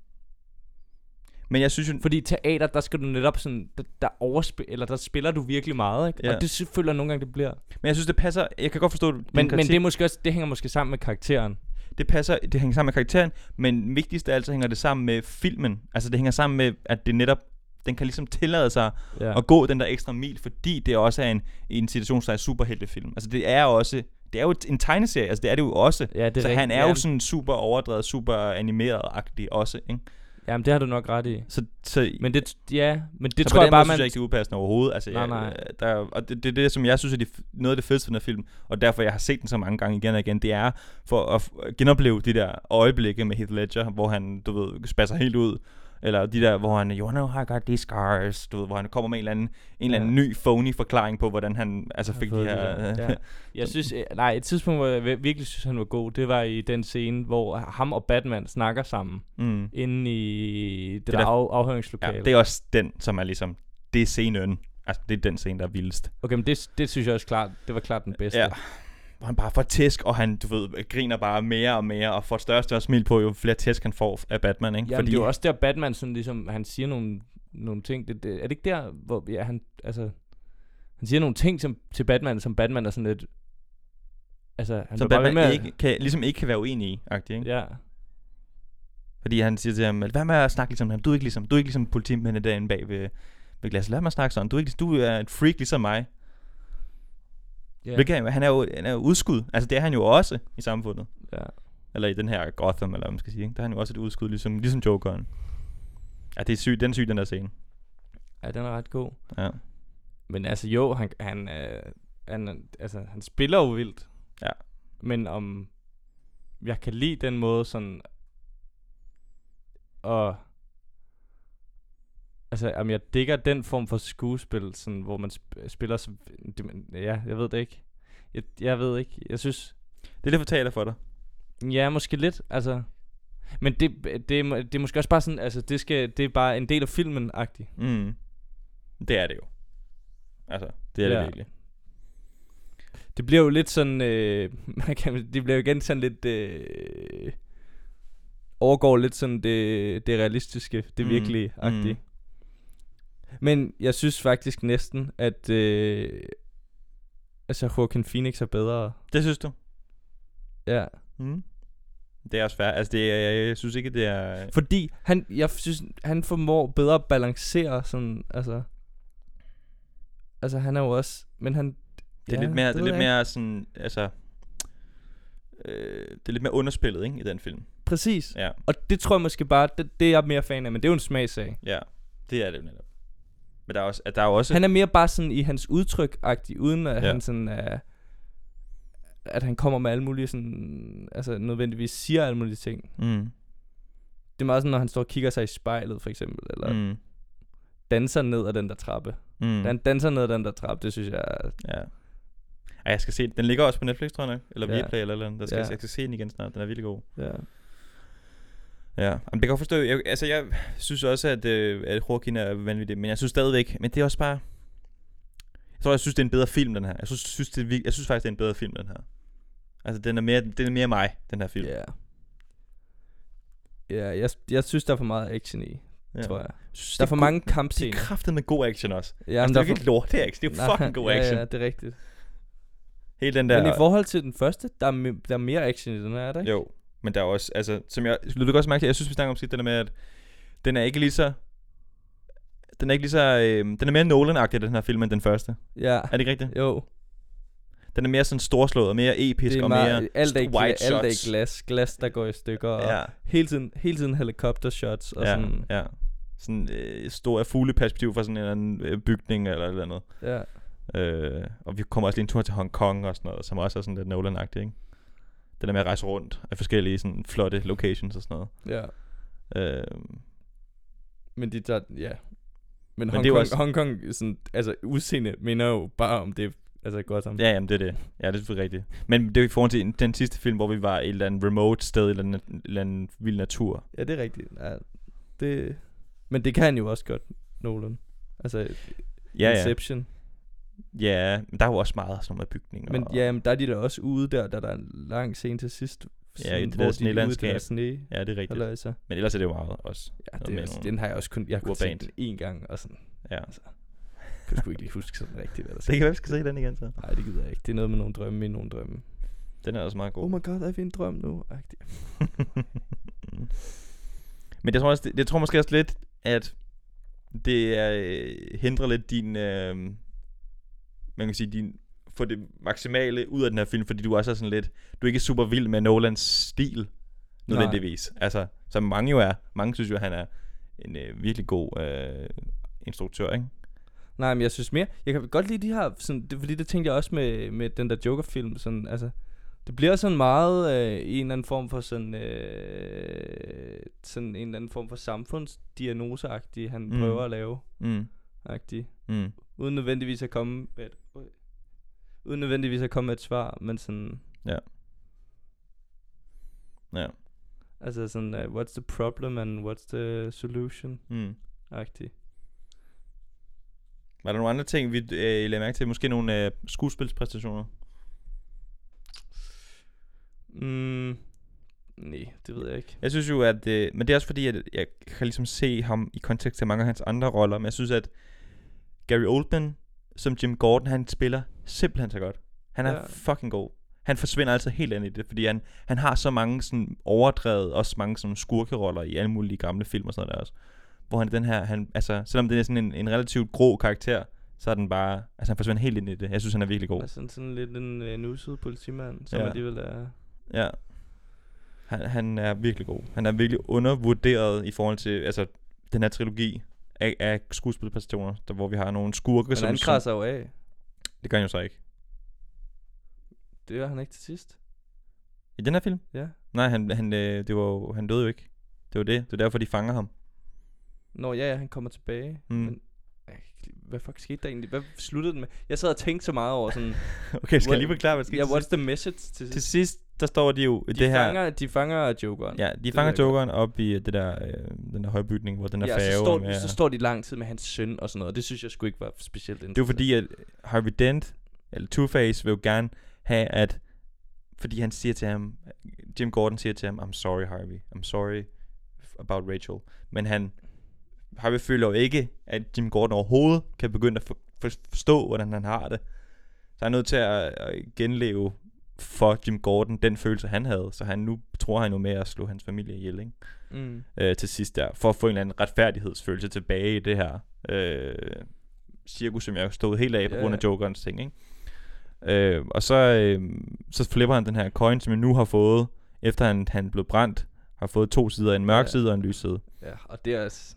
Men jeg synes jo, fordi teater, der skal du netop sådan, der spiller du virkelig meget, ikke? Ja. Og det føler nogle gange, det bliver. Men jeg synes, det passer. Jeg kan godt forstå men det er måske også, det hænger måske sammen med karakteren. Det hænger sammen med karakteren, men vigtigst af alt, så hænger det sammen med filmen. Altså det hænger sammen med, at det netop, den kan ligesom tillade sig at gå den der ekstra mil, fordi det også er en situation, der er superheltefilm. Altså det er jo en tegneserie, altså det er det jo også. Ja, så han er jo sådan super overdrevet, super animeret-agtig også, ikke? Jamen det har du nok ret i. Men det så tror jeg bare, man synes jeg ikke, det er upassende overhovedet. Altså, nej. Og det er det, som jeg synes er noget af det fedeste for den her film, og derfor jeg har set den så mange gange igen og igen, det er for at genopleve de der øjeblikke med Heath Ledger, hvor han, du ved, spasser helt ud. Eller de der, hvor han, you know, I got these scars, du ved, hvor han kommer med en eller anden ny phony forklaring på, hvordan han fik de her. Jeg synes, et tidspunkt, hvor jeg virkelig synes, han var god, det var i den scene, hvor ham og Batman snakker sammen inde i det der afhøringslokale. Ja, det er også den, som er ligesom, det er scenen. Altså, det er den scene, der er vildest. Okay, men det synes jeg også klart, det var klart den bedste. Ja. Hvor han bare får tæsk, og han, du ved, griner bare mere og mere, og får et større smil på, jo flere tæsk han får af Batman, ikke? Ja, fordi det er jo også der, Batman sådan ligesom, han siger nogle ting, er det ikke der, hvor han siger nogle ting til Batman, som Batman er sådan lidt, altså, han som Batman ikke kan være uenig i, agtig, ikke? Ja. Fordi han siger til ham, hvad med at snakke ligesom ham, du er ikke ligesom politimændene derinde bag ved glasset, lad mig snakke sådan, du er et freak ligesom mig. Yeah. Han er jo udskud. Altså det er han jo også i samfundet. Ja. Eller i den her Gotham, eller hvad man skal sige, ikke? Der er han jo også et udskud, ligesom Jokeren. Ja, det er sygt, den der scene. Ja, den er ret god. Ja. Men altså jo, han spiller jo vildt. Ja. Men om jeg kan lide den måde sådan, og altså, om jeg digger den form for skuespil, sådan, hvor man spiller så, ja, jeg ved det ikke. Jeg ved ikke. Jeg synes det er lidt for teater for dig. Ja, måske lidt. Altså, Men det er måske også bare sådan, altså det er bare en del af filmen-agtigt. Det er det jo. Altså, det er det virkelig. Det bliver jo lidt sådan, det bliver jo igen sådan lidt, overgår lidt sådan det realistiske, det virkelige-agtige. Men jeg synes faktisk næsten, at altså Joaquin Phoenix er bedre. Det synes du? Ja. Det er også fair. Altså jeg synes ikke det er. Fordi jeg synes han formår bedre at balancere sådan, altså han er jo også, men han det er lidt mere sådan, altså det er lidt mere underspillet, ikke, i den film. Præcis. Ja. Og det tror jeg måske bare, det er jeg mere fan af, men det er jo en smagsag. Ja, det er det netop. Men der er jo også han er mere bare sådan i hans udtryk-agtig, uden at han sådan at han kommer med alle mulige sådan, altså nødvendigvis siger alle mulige ting. Det er meget sådan, når han står og kigger sig i spejlet, for eksempel, eller danser ned ad den der trappe. Da han danser ned ad den der trappe, det synes jeg Ja, jeg skal se den. ligger også på Netflix, tror jeg, eller Viaplay eller noget. Jeg skal se den igen snart. Den er virkelig god. Ja, men det kan jeg forstå. Jeg synes også, at Joaquin er vanvittig, men jeg synes stadigvæk, men det er også bare, jeg synes det er en bedre film, den her. Jeg synes faktisk det er en bedre film, den her. Altså den er mere mig, den her film. Ja, jeg synes der er for meget action i, tror jeg. Der er for mange kampscener. Det er kraftet med god action også. Ja, altså, det er jo ikke lort, det er action. Det er fucking god action. Ja, det er rigtigt. Hele den der. Men i forhold til den første, der er mere action i den her, er der ikke? Jo, men der er også, altså, som jeg lyder også mærke til, jeg synes vi snakker om sidst, den er med, at den er ikke lige så, den er mere Nolan-agtig, den her film, end den første. Ja. Er det ikke rigtigt? Jo. Den er mere sådan storslået og mere episk og mere white shots. Alt er glas der går i stykker, og hele tiden helikopter shots og sådan. Ja. Sådan stor fugleperspektiv fra sådan en eller anden bygning eller et eller andet. Ja. Og vi kommer også lige en tur til Hong Kong og sådan noget, som også er sådan lidt Nolan-agtigt, ikke? Den er med at rejse rundt af forskellige sådan flotte locations og sådan noget. Ja. Men de tager, Men Hong Kong sådan, altså udseende minder jo bare om det, altså godt sammen. Ja, jamen det er det. Ja, det er selvfølgelig rigtigt. Men det er i forhold til den sidste film, hvor vi var i et eller andet remote sted, i en eller anden vild natur. Ja, det er rigtigt. Ja, men det kan han jo også godt, Nolan. Altså, Inception. Ja, men der er jo også meget sådan med bygninger. Men der er de der også ude der er en lang scene til sidst. Ja, i det der snelandskab. Sne. Ja, det er rigtigt. Altså. Men ellers er det jo meget også. Ja, den har jeg også kun set den en gang og sådan. Ja. Altså, jeg kan sgu ikke lige huske sådan rigtigt, hvad der det kan være, vi skal se den igen så. Nej, det gider jeg ikke. Det er noget med nogle drømme i nogle drømme. Den er også meget god. Oh my god, er vi en drøm nu? Men jeg tror måske også lidt, at det hindrer lidt din, man kan sige, få det maksimale ud af den her film, fordi du også er sådan lidt, du er ikke super vild med Nolans stil, nødvendigvis. Altså, som mange jo er. Mange synes jo, han er en virkelig god instruktør, ikke? Nej, men jeg synes mere, jeg kan godt lide de her, sådan, fordi det tænkte jeg også med den der Joker-film, sådan, altså, det bliver sådan meget en eller anden form for sådan, sådan en eller anden form for samfundsdiagnoseagtig, han prøver at lave, agtig, uden nødvendigvis at komme med et svar, men sådan, ja, altså sådan, what's the problem and what's the solution, agtig. Var der nogle andre ting, vi lagde mærke til? Måske nogle skuespilspræstationer? Nej, det ved jeg ikke. Jeg synes jo, at men det er også fordi, at jeg kan ligesom se ham i kontekst til mange af hans andre roller. Men jeg synes, at Gary Oldman som Jim Gordon, han spiller simpelthen så godt. Han er fucking god. Han forsvinder altså helt ind i det, fordi han har så mange sådan overdrevet, også mange sådan skurkeroller i alle mulige gamle film og sådan noget der også. Hvor han den her, altså selvom det er sådan en relativt grå karakter, så er den bare, altså han forsvinder helt ind i det. Jeg synes, han er virkelig god. Altså sådan lidt en nusset politimand, som alligevel er. Ja. Han er virkelig god. Han er virkelig undervurderet i forhold til, altså den her trilogi af skuespilpræstationer, der hvor vi har nogle skurke. Men han krasser jo af. Det gør han jo så ikke. Det gør han ikke til sidst. I den her film? Ja. Nej, han døde jo ikke. Det var derfor de fanger ham. Nå ja, han kommer tilbage. Men Hvad fuck skete der egentlig? Hvad sluttede den med? Jeg sad og tænkte så meget over sådan... Okay, skal jeg lige forklare, hvad der skete? Ja, what's the message til sidst? Til sidst, der står de jo det her... De fanger Jokeren. Ja, de fanger Jokeren op i det der, den der højbygning, hvor den der færge... Så står de lang tid med hans søn og sådan noget, og det synes jeg sgu ikke var specielt interessant. Det er jo fordi, at Harvey Dent, eller Two-Face, vil jo gerne have, at... Fordi han siger til ham... Jim Gordon siger til ham, I'm sorry, Harvey. I'm sorry about Rachel. Men Harvey føler jo ikke, at Jim Gordon overhovedet kan begynde at forstå, hvordan han har det. Så han er nødt til at genleve for Jim Gordon den følelse, han havde. Så nu tror han jo med at slå hans familie ihjel, ikke? Til sidst der. For at få en eller anden retfærdighedsfølelse tilbage i det her cirkus, som jeg stod helt af på grund af Jokerens ting, ikke? Og så flipper han den her coin, som jeg nu har fået, efter han blev brændt. Har fået 2 sider, en mørk side og en lys side. Ja, og det er...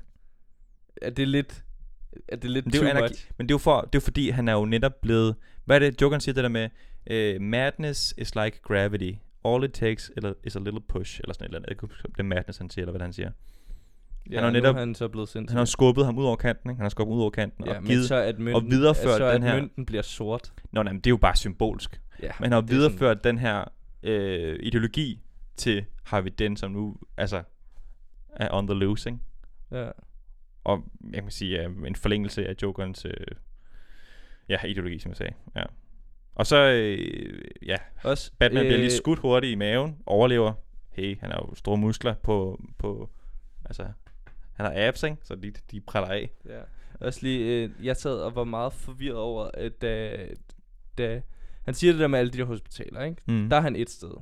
Er det lidt det too much? Men det er jo fordi, han er jo netop blevet... Hvad er det, Jokeren siger det der med... madness is like gravity. All it takes is a little push. Eller sådan et eller andet. Det er madness, han siger, eller hvad han siger. Ja, han har netop, han så blevet sindssygt. Han har skubbet ham ud over kanten, ikke? Han har skubbet ud over kanten. Ja, og givet, så at mønten, og videreført så den her... mønten bliver sort. Men det er jo bare symbolsk. Ja, men han har videreført sådan... den her ideologi til Harvey Dent, som nu altså er on the loose, ikke? Ja. Og jeg kan sige en forlængelse af Jokerens ideologi, som jeg sagde. Ja. Og så også Batman bliver lige skudt hurtigt i maven, overlever. Hey, han har jo store muskler på altså han har abs, ikke? Så de præller af. Ja. Også lige jeg sad og var meget forvirret over at da han siger det der med alle de der hospitaler, ikke? Der er han et sted.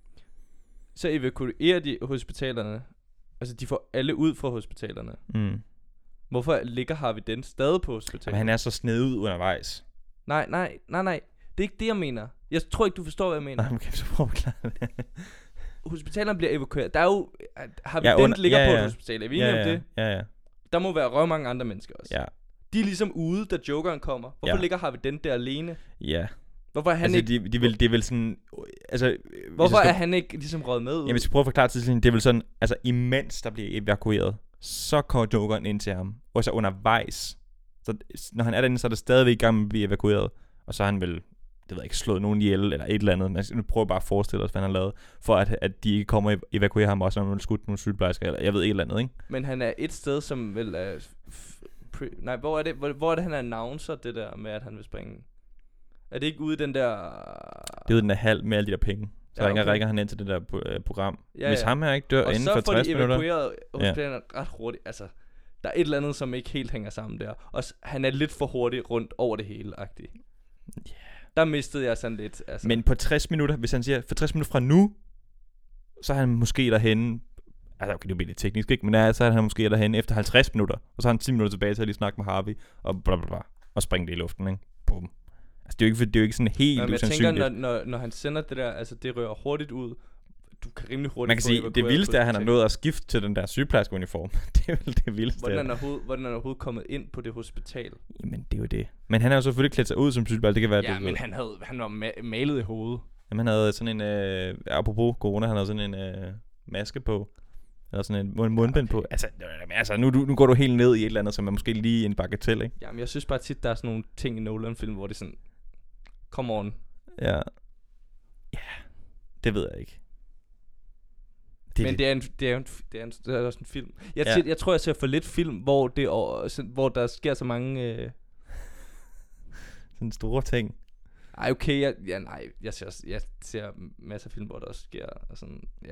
Så evakuerer de hospitalerne. Altså de får alle ud fra hospitalerne. Hvorfor ligger Harvey Dent stadig på hospitalet? Men han er så snedet ud undervejs. Nej. Det er ikke det, jeg mener. Jeg tror ikke, du forstår, hvad jeg mener. Nej, men kan du prøve at forklare det? Hospitalerne bliver evakueret. Der er jo... Harvey Dent ligger på et hospital. Er vi enige om det? Ja. Der må være røv mange andre mennesker også. Ja. De er ligesom ude, da Jokeren kommer. Hvorfor ligger Harvey Dent der alene? Ja. Hvorfor er han ikke... Det er vel sådan... Altså... Hvorfor er han ikke ligesom røget med ud? Jamen, hvis jeg prøver at forklare til det er vel sådan... Altså, imens der bliver evakueret, så kommer Jokeren ind til ham. Og så undervejs. Så når han er derinde, så er det stadigvæk i gang med at blive evakueret. Og så har han vel... Det ved jeg ikke, slået nogen ihjel eller et eller andet. Man prøver bare at forestille os, hvad han har lavet. For at de ikke kommer og evakuerer ham også, når han har skudt nogle sygeplejersker. Eller jeg ved et eller andet, ikke? Men han er et sted, som vel er... hvor er det, han announcer det der med, at han vil springe? Er det ikke ude i den der... Det er ude i den der hal med alle de der penge. Så ringer han ind til det der program. Hvis ham her ikke dør inden for 60 minutter... Og så får de evakueret hospitalerne ret hurtigt. Altså, der er et eller andet, som ikke helt hænger sammen der. Og han er lidt for hurtigt rundt over det hele-agtigt. Yeah. Der mistede jeg sådan lidt. Altså. Men på 60 minutter, hvis han siger, for 60 minutter fra nu, så er han måske derhenne... Altså, okay, det bliver lidt teknisk, ikke? Men så er han måske derhenne efter 50 minutter. Og så har han 10 minutter tilbage til at lige snakke med Harvey. Og blablabla. Og springe det i luften, ikke? Boom. Altså, det er jo ikke sådan helt usandsynligt. Jeg tænker, når han sender det der, altså det rører hurtigt ud. Du kan rimelig hurtigt... Man kan sige, det vildeste er, at han har nået at skifte til den der sygeplejerskeuniform. Det er vel det vildeste. Hvordan er han overhovedet kommet ind på det hospital? Jamen, det er jo det. Men han har jo selvfølgelig klædt sig ud som sygeplejerske. Det kan være, ja, men han var malet i hovedet. Jamen, han havde sådan en... apropos corona, han havde sådan en maske på. Eller sådan en mundbind på. Altså nu går du helt ned i et eller andet, som er måske lige en bagatel, ikke? Jamen, jeg synes bare tit, der er sådan nogle ting i Nolan-film, hvor det er sådan... Come on. Ja. Ja. Det ved jeg ikke. Men det er også en film. Jeg tror, jeg ser for lidt film, hvor der sker så mange... sådan store ting. Ej, okay. Jeg ser masser af film, hvor der også sker sådan... Ja.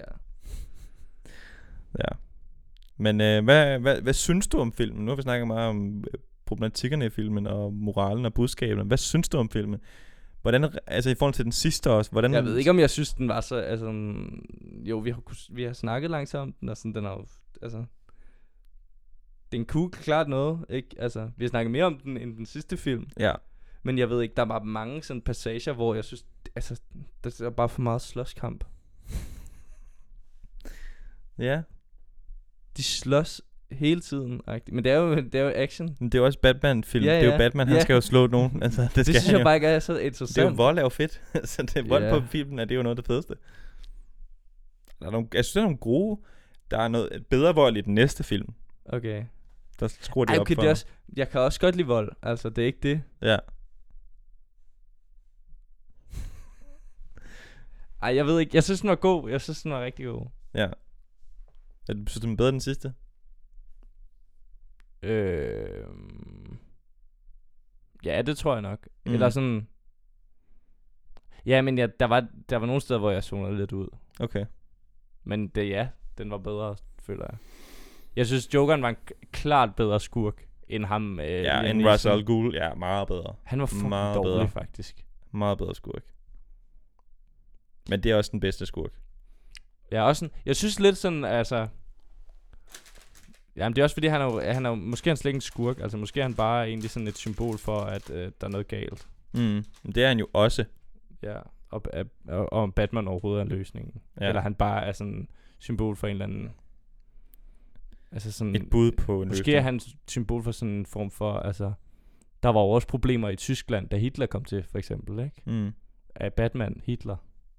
Ja. Men hvad synes du om filmen? Nu har vi snakket meget om problematikkerne i filmen og moralen og budskabet. Hvad synes du om filmen? Hvordan, altså i forhold til den sidste også, hvordan... Jeg ved ikke, om jeg synes, den var så... Altså, jo, vi har snakket langsomt om den, og sådan, den har jo... Altså, den kunne klart noget, ikke? Altså, vi har snakket mere om den, end den sidste film. Ja. Men jeg ved ikke, der var mange sådan passager, hvor jeg synes... Altså, der er bare for meget slåskamp. Ja. De slås hele tiden, men det er jo action. Men det er jo også Batman-film. Ja. Det er jo Batman, han skal jo slå nogen. Altså, det synes jeg bare ikke er så interessant. Det er jo vold er jo fedt. Så det er vold på filmen, det er jo noget af det fedeste. Jeg synes, der er nogle gode... Der er noget bedre vold i den næste film. Okay. Der skruer de op for det også, jeg kan også godt lide vold. Altså, det er ikke det. Ja. Ej, jeg ved ikke. Jeg synes, den var god. Jeg synes, den var rigtig god. Ja. Synes du, den er bedre den sidste? Ja, det tror jeg nok. Eller sådan... Ja, men der var nogle steder, hvor jeg zonede lidt ud. Okay. Men den var bedre, føler jeg. Jeg synes, Jokeren var en klart bedre skurk end ham. End Ra's al Ghul. Ja, meget bedre. Han var fucking dårlig, bedre. Faktisk. Meget bedre skurk. Men det er også den bedste skurk. Ja, også jeg synes lidt sådan, altså... Jamen, det er også fordi, han er måske slet ikke en skurk. Altså, måske er han bare egentlig sådan et symbol for, at der er noget galt. Det er han jo også. Ja, og Batman overhovedet er løsningen. Ja. Eller han bare er sådan symbol for en eller anden... Altså sådan... Et bud på en løsning. Måske er han symbol for sådan en form for, altså... Der var jo også problemer i Tyskland, da Hitler kom til, for eksempel, ikke? Er Batman Hitler?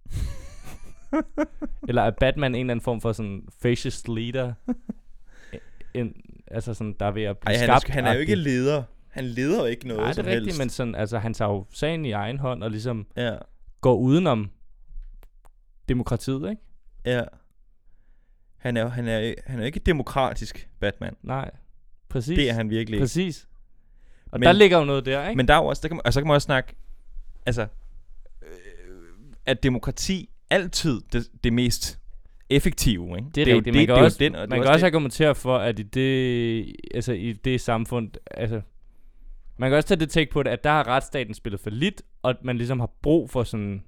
Eller er Batman en eller anden form for sådan fascist leader? Altså sådan, der er ved at blive skabt. Han er jo ikke leder. Han leder jo ikke noget som helst. Nej, det er rigtigt, men sådan, altså, han tager jo sagen i egen hånd og ligesom går udenom demokratiet, ikke? Ja. Han er jo ikke demokratisk, Batman. Nej, præcis. Det er han virkelig ikke. Præcis. Og der ligger jo noget der, ikke? Men der er jo også, så kan man også snakke, altså, at demokrati altid det mest effektive, ikke? Det er rigtigt. Man kan også argumentere for, at i det samfund, altså, man kan også tage det take på det, at der har retsstaten spillet for lidt, og at man ligesom har brug for sådan...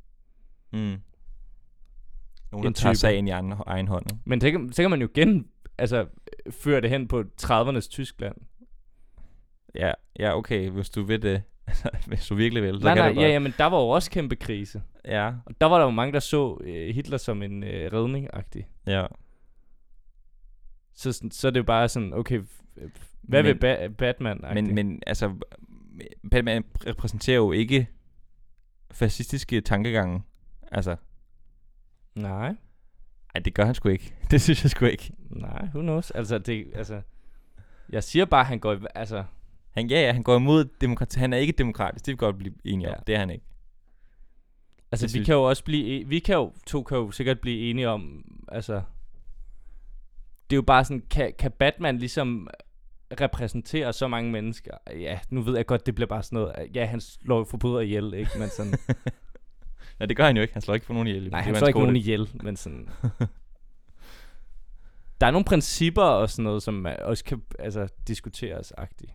Nogen, der tager sagen i egen hånd. Men så kan man jo føre det hen på 30'ernes Tyskland. Ja, okay, hvis du ved det. Hvis du virkelig vil. Nej, men der var jo også kæmpe krise. Ja. Og der var der jo mange, der så Hitler som en redning-agtig. Ja. Så er det jo bare sådan, okay, hvad vil Batman-agtig? Men altså, Batman repræsenterer jo ikke fascistiske tankegange. Altså. Nej. Ej, det gør han sgu ikke. Det synes jeg sgu ikke. Nej, who knows? Altså, jeg siger bare, han går han går imod demokrati. Han er ikke demokratisk. Det vil godt blive enige om. Det er han ikke. Altså, vi kan jo også to kan jo sikkert blive enige om, altså, det er jo bare sådan, kan Batman ligesom repræsentere så mange mennesker? Ja, nu ved jeg godt, det bliver bare sådan noget, ja, han slår jo forbrydere ihjel, ikke? Men sådan... Nej, det gør han jo ikke. Han slår ikke for nogen ihjel. Nej, han slår ikke nogen ihjel, men sådan... Der er nogle principper og sådan noget, som også kan diskuteres-agtigt.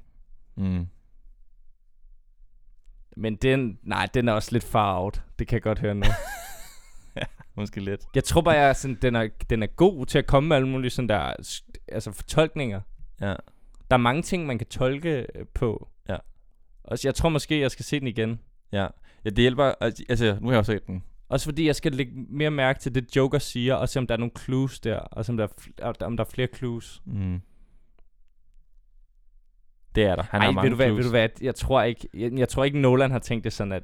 Men den er også lidt far out. Det kan jeg godt høre nu. Ja, måske lidt. Jeg tror bare, den er god til at komme med alle mulige sådan der, altså fortolkninger. Ja. Der er mange ting, man kan tolke på. Ja. Også jeg tror måske, jeg skal se den igen. Ja, det hjælper. Altså, nu har jeg også set den. Også fordi jeg skal lægge mere mærke til det, Joker siger, og se om der er nogle clues der, og se om der er flere clues. Det er der. Han har mange clues. Ved du hvad? Jeg tror ikke Nolan har tænkt det sådan,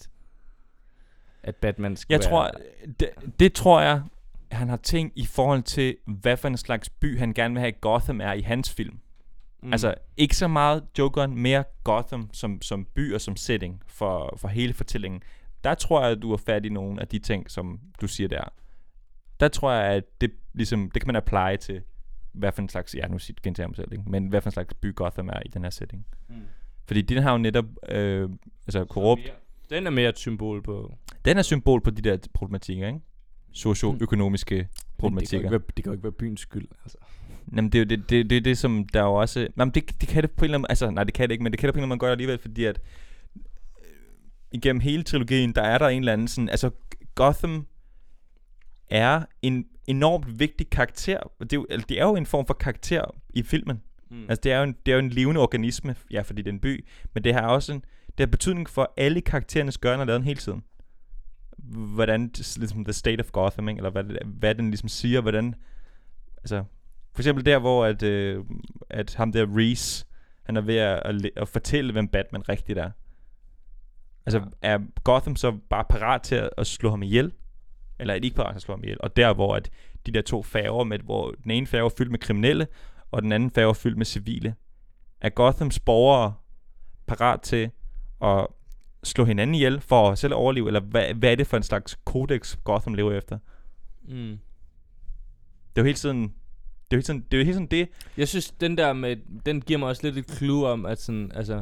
at Batman skal det tror jeg, han har tænkt i forhold til, hvad for en slags by han gerne vil have Gotham er i hans film. Altså, ikke så meget Jokeren, mere Gotham som by og som setting for hele fortællingen. Der tror jeg, at du har fat i nogle af de ting, som du siger der. Der tror jeg, at det ligesom, det kan man apply til, hvad for en slags, nu gentager jeg mig selv, ikke? Men hvad for en slags by Gotham er i den her setting. Fordi den har jo netop, korrupt. Den er mere et symbol på. Den er symbol på de der problematikker, ikke? Socio-økonomiske problematikker. Det kan jo ikke være byens skyld, altså. Jamen, det er jo det, som der jo også... Jamen, det kan det på en eller anden... Altså, nej, det kan det ikke, men det kan det på en eller anden måde godt alligevel, fordi at... igennem hele trilogien, der er der en eller anden sådan... Altså, Gotham er en enormt vigtig karakter. Det er jo en form for karakter i filmen. Altså, det er jo en levende organisme, ja, fordi det er en by, men det har også det har betydning for alle karakterernes gøren og laden hele tiden. Hvordan, ligesom the state of Gotham, ikke? Eller hvad den ligesom siger, hvordan... Altså... For eksempel der, hvor at ham der Reese, han er ved at fortælle, hvem Batman rigtigt er. Altså, er Gotham så bare parat til at slå ham ihjel? Eller er de ikke parat til at slå ham ihjel? Og der, hvor at de der to færger, hvor den ene færge er fyldt med kriminelle, og den anden færge er fyldt med civile. Er Gothams borgere parat til at slå hinanden ihjel for at selv overleve, eller hvad er det for en slags kodex Gotham lever efter? Det er jo hele tiden det. Jeg synes den der med den giver mig også lidt et clue om at sådan altså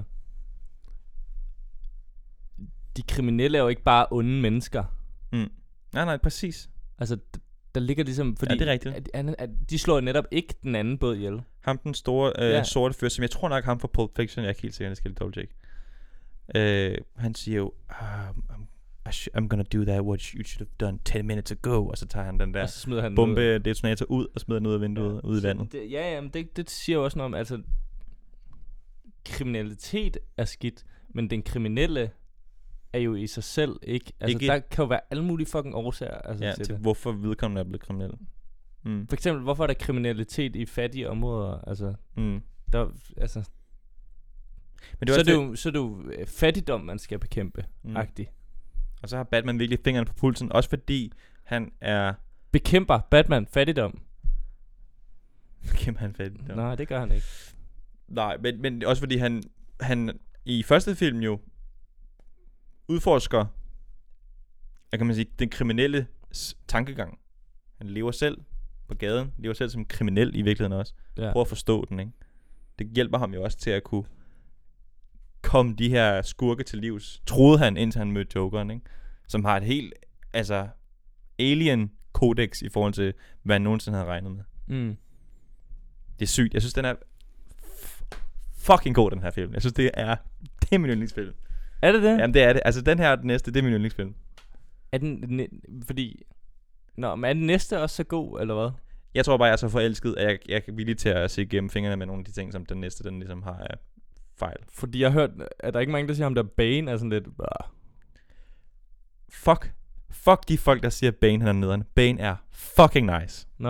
de kriminelle er jo ikke bare onde mennesker. Nej, præcis. Altså der ligger ligesom fordi det er rigtigt. At de slår netop ikke den anden båd ihjel. Ham den store sorte fyr, som jeg tror nok ham fra Pulp Fiction, jeg er ikke helt sikker, jeg skal lige dobbelttjekke. Han siger jo I'm gonna do that what you should have done 10 minutes ago. Og så tager han den der bombe detonator ud og smider den ud af vinduet, ud i vandet. Men det siger jo også noget om, altså kriminalitet er skidt, men den kriminelle er jo i sig selv ikke. Altså der kan jo være alle mulige fucking årsager altså, til hvorfor vedkommende er blevet kriminel. For eksempel, hvorfor er der kriminalitet i fattige områder? Altså, der, altså men det så er det jo fattigdom, man skal bekæmpe, agtigt. Og så har Batman virkelig fingrene på pulsen, også fordi han er... Bekæmper Batman fattigdom? Bekæmper han fattigdom? Nej, det gør han ikke. Nej, men også fordi han i første film jo udforsker, kan man sige, den kriminelle tankegang. Han lever selv på gaden, lever selv som kriminel i virkeligheden også. Prøver at forstå den, ikke? Det hjælper ham jo også til at kunne komme de her skurke til livs, troede han, indtil han mødte Jokeren, ikke? Som har et helt, altså, alien-kodex i forhold til, hvad han nogensinde havde regnet med. Det er sygt. Jeg synes, den er fucking god, den her film. Jeg synes, det er min yndlingsfilm. Er det det? Jamen, det er det. Altså, den her den næste, det er min yndlingsfilm. Er den, fordi... Nå, men er den næste også så god, eller hvad? Jeg tror bare, jeg er så forelsket, at jeg er villig til at se gennem fingrene med nogle af de ting, som den næste, den ligesom har fejl. Fordi jeg har hørt, at der ikke mange, der siger, om der Bane er sådan lidt... Fuck de folk, der siger, Bane han er nederen. Bane er fucking nice. Nå.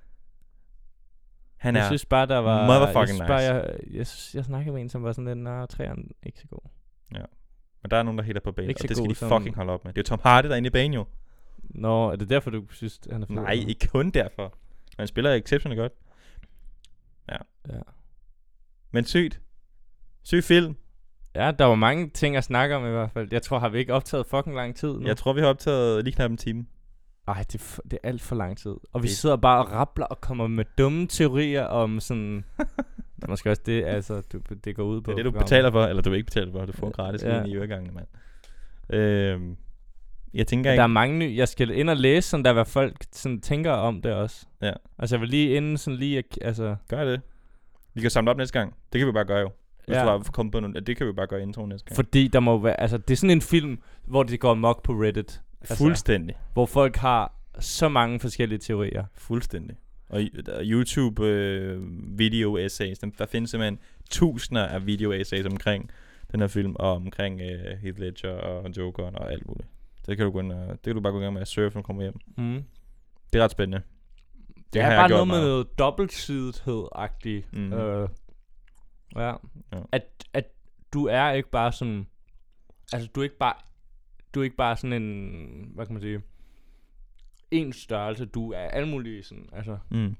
Jeg synes bare, der var... Motherfucking nice. Jeg snakkede med en, som var sådan lidt, træerne ikke så god. Ja. Men der er nogen, der hitter på Bane, og det skal de fucking holde op med. Det er jo Tom Hardy, der er inde i Bane jo. Nå, er det derfor, du synes, han er fed? Nej, ikke kun derfor. Han spiller exceptionally godt. Ja. Men sygt. Syg film. Ja, der var mange ting at snakke om i hvert fald. Jeg tror, har vi ikke optaget fucking lang tid nu? Jeg tror, vi har optaget lige knap en time. Ej, det er alt for lang tid. Og vi sidder bare og rappler og kommer med dumme teorier om sådan... Måske også det, altså, det går ud på... Det er det, du betaler for, eller du ikke betaler for. Du får gratis ind i øregangene, mand. Jeg tænker ikke... Der er mange nye... Jeg skal ind og læse sådan der, hvad folk sådan tænker om det også. Ja. Altså, jeg vil lige inden sådan lige... Altså... Gør det. Vi kan samle op næste gang. Det kan vi bare gøre jo. Hvis du har kommet på noget, det kan vi bare gøre intro næste gang. Fordi der må være... Altså, det er sådan en film, hvor det går amok på Reddit. Altså, fuldstændig. Hvor folk har så mange forskellige teorier. Fuldstændig. Og YouTube video essays. Der findes simpelthen tusinder af video essays omkring den her film, og omkring Heath Ledger og Jokeren og alt muligt. Det kan du bare gå i gang med at surfe, når du kommer hjem. Det er ret spændende. Det er bare noget med noget dobbeltsidethed-agtigt. Ja. At du er ikke bare sådan... Altså, du er ikke bare sådan en... Hvad kan man sige? En størrelse. Du er alle mulige sådan... Altså...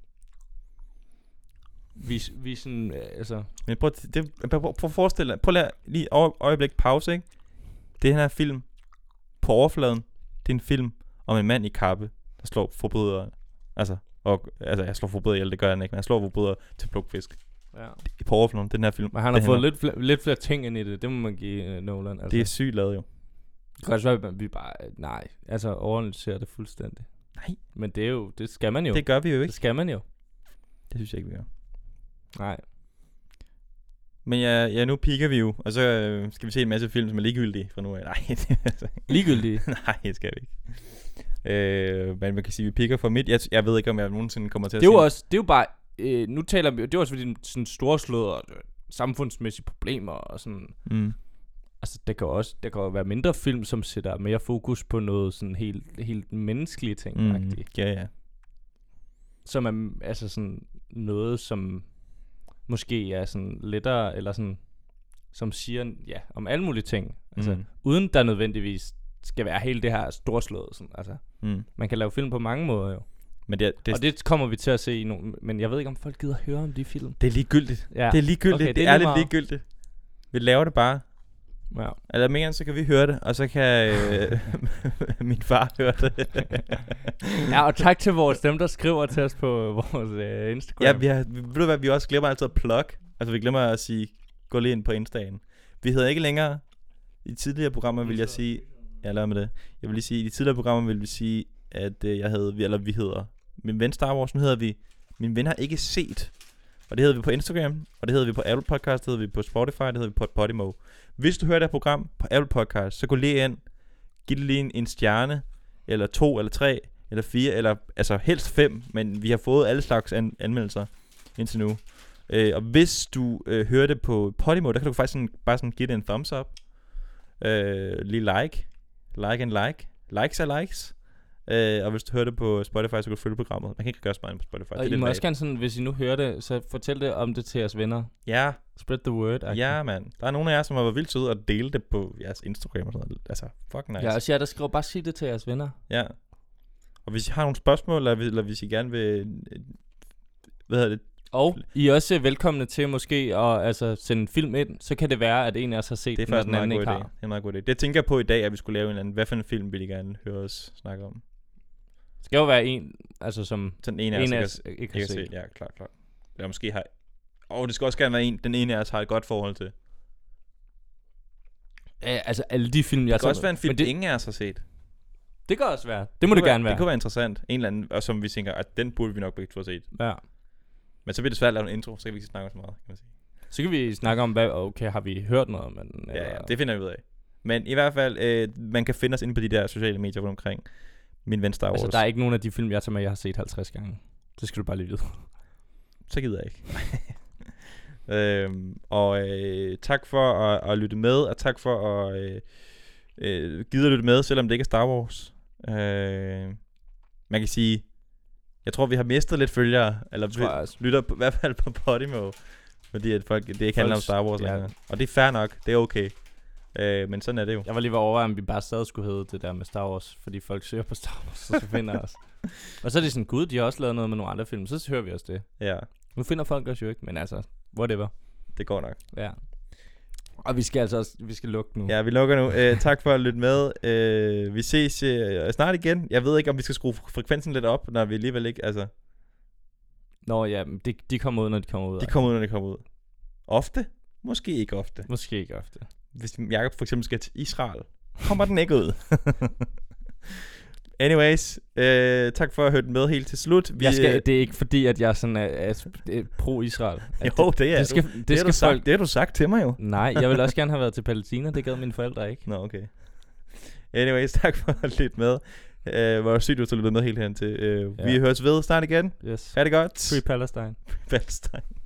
Vi sådan... Altså... Men prøv at forestille dig... Prøv at lige øjeblik pause, ikke? Det her film... På overfladen... Det er en film om en mand i kappe... Der slår forbrydere... Altså... jeg slår forbrydere ihjel, det gør han ikke, men jeg slår forbrydere til plukfisk. Ja. På overfladen, den her film. Men han har fået lidt flere ting ind i det. Det må man give Nolan. Altså. Det er sygt lavet jo. Det kan også være, at vi bare... Nej, altså overanalyserer det fuldstændig. Nej. Men det er jo... Det skal man jo. Det gør vi jo ikke. Det skal man jo. Det synes jeg ikke, vi gør. Nej. Men ja, nu piker vi jo. Og så skal vi se en masse film, som er ligegyldige fra nu af. Nej. Ligegyldige? Nej, det skal vi ikke. Men man kan sige, at vi piker for midt. Jeg ved ikke, om jeg nogensinde kommer til at se. Det er jo bare... nu taler vi... Det er også fordi sådan storslåede samfundsmæssige problemer og sådan... Altså, der kan jo være mindre film, som sætter mere fokus på noget sådan helt menneskelige ting. Ja. Som er altså sådan noget, som måske er sådan lettere, eller sådan, som siger, ja, om alle mulige ting. Altså, uden der nødvendigvis skal være helt det her storslået. Sådan, altså, man kan lave film på mange måder jo. Men og det kommer vi til at se i nogle, men jeg ved ikke, om folk gider høre om de film. Det er ligegyldigt. Ja. Det er ligegyldigt. Okay, det er lidt ligegyldigt. Vi laver det bare. Ja. Eller mere, så kan vi høre det, og så kan min far høre det. Ja, og tak til dem, der skriver til os på vores Instagram. Ja, ved du hvad, vi også glemmer altid at plug. Altså, vi glemmer at sige, gå lige ind på Insta'en. Vi hedder ikke længere, i tidligere programmer vil jeg sige, jeg lader med det. Jeg vil lige sige, i de tidligere programmer vil vi sige, at vi hedder Min Ven Star Wars. Nu hedder vi Min Ven Har Ikke Set. Og det hedder vi på Instagram, og det hedder vi på Apple Podcast, det hedder vi på Spotify, det hedder vi på Podimo. Hvis du hører det her program på Apple Podcast, så gå lige ind, giv det lige en stjerne, eller 2, eller 3, eller 4, eller altså helst 5, men vi har fået alle slags anmeldelser indtil nu. Og hvis du hører det på Podimo, der kan du faktisk bare give det en thumbs up. Lige like and like. Likes er likes. Og hvis du hører det på Spotify, så kan du følge programmet. Man kan ikke gøre så meget på Spotify. Og I må også gerne sådan, hvis I nu hører det, så fortæl det om det til jeres venner. Ja. Spread the word. Okay. Ja, mand. Der er nogle af jer, som har været vildt søde og dele det på jeres Instagram og sådan noget. Altså, fucking nice. Ja, også jer, der skriver, bare sig det til jeres venner. Ja. Og hvis I har nogle spørgsmål, eller hvis I gerne vil... Hvad hedder det? Og I er også velkomne til måske at sende en film ind. Så kan det være, at en af os har set den, og den anden ikke har. Det er en meget god idé. Det tænker jeg på i dag, at vi skulle lave en eller anden. Hvad for en film vil I gerne høre os snakke om? Det skal jo være en, altså som sådan en af os ikke har set. Ja, klart. Eller måske har... det skal også gerne være den ene af os har et godt forhold til. Altså alle de film, jeg har set. Det kan også være en film, ingen af os har set. Det kan også være. Det må det gerne være. Det kunne være interessant. En eller anden, og som vi tænker, at den burde vi nok begge to have set. Ja. Men så bliver det svært at lave en intro, så kan vi ikke snakke om så meget, kan man sige. Så kan vi snakke om, har vi hørt noget om den? Ja, det finder vi ud af. Men i hvert fald, man kan finde os inde på de der sociale medier rundt omkring Min Ven Star Wars. Altså, der er ikke nogen af de film, jeg tager med, jeg har set 50 gange. Det skal du bare lige vide. Så gider jeg ikke. Tak for at lytte med, og tak for at gide at lytte med, selvom det ikke er Star Wars. Man kan sige, jeg tror vi har mistet lidt følgere, eller lytter i hvert fald på Podimo, fordi at det ikke handler om Star Wars længere. Og det er fair nok, det er okay. Men sådan er det jo. Jeg var lige ved at overveje, om vi bare stadig skulle hedde det der med Star Wars, fordi folk søger på Star Wars, så finder os. Og så er det sådan, gud, de har også lavet noget med nogle andre film, så hører vi også det. Ja. Nu finder folk os jo ikke, men altså, whatever. Det går nok. Ja. Og vi skal altså også, vi skal lukke nu. Ja, vi lukker nu. Tak for at lytte med. Vi ses snart igen. Jeg ved ikke, om vi skal skrue frekvensen lidt op, når vi alligevel ikke, altså... Nå ja, de kommer ud, når de kommer ud. De kommer ud, når de kommer ud. Ofte? Måske ikke ofte. Måske ikke ofte. Hvis Jacob for eksempel skal til Israel, kommer den ikke ud. Anyways, tak for at høre den med helt til slut. Det er ikke fordi, at jeg sådan er pro-Israel. Jo, det er det har du sagt til mig jo. Nej, jeg vil også gerne have været til Palæstina. Det gad mine forældre ikke. Nå, okay. Anyways, tak for at lytte med. Hvor sygt du har lyttet med helt hen til. Vi høres ved snart igen. Yes. Ha' det godt. Free Palestine. Free Palestine.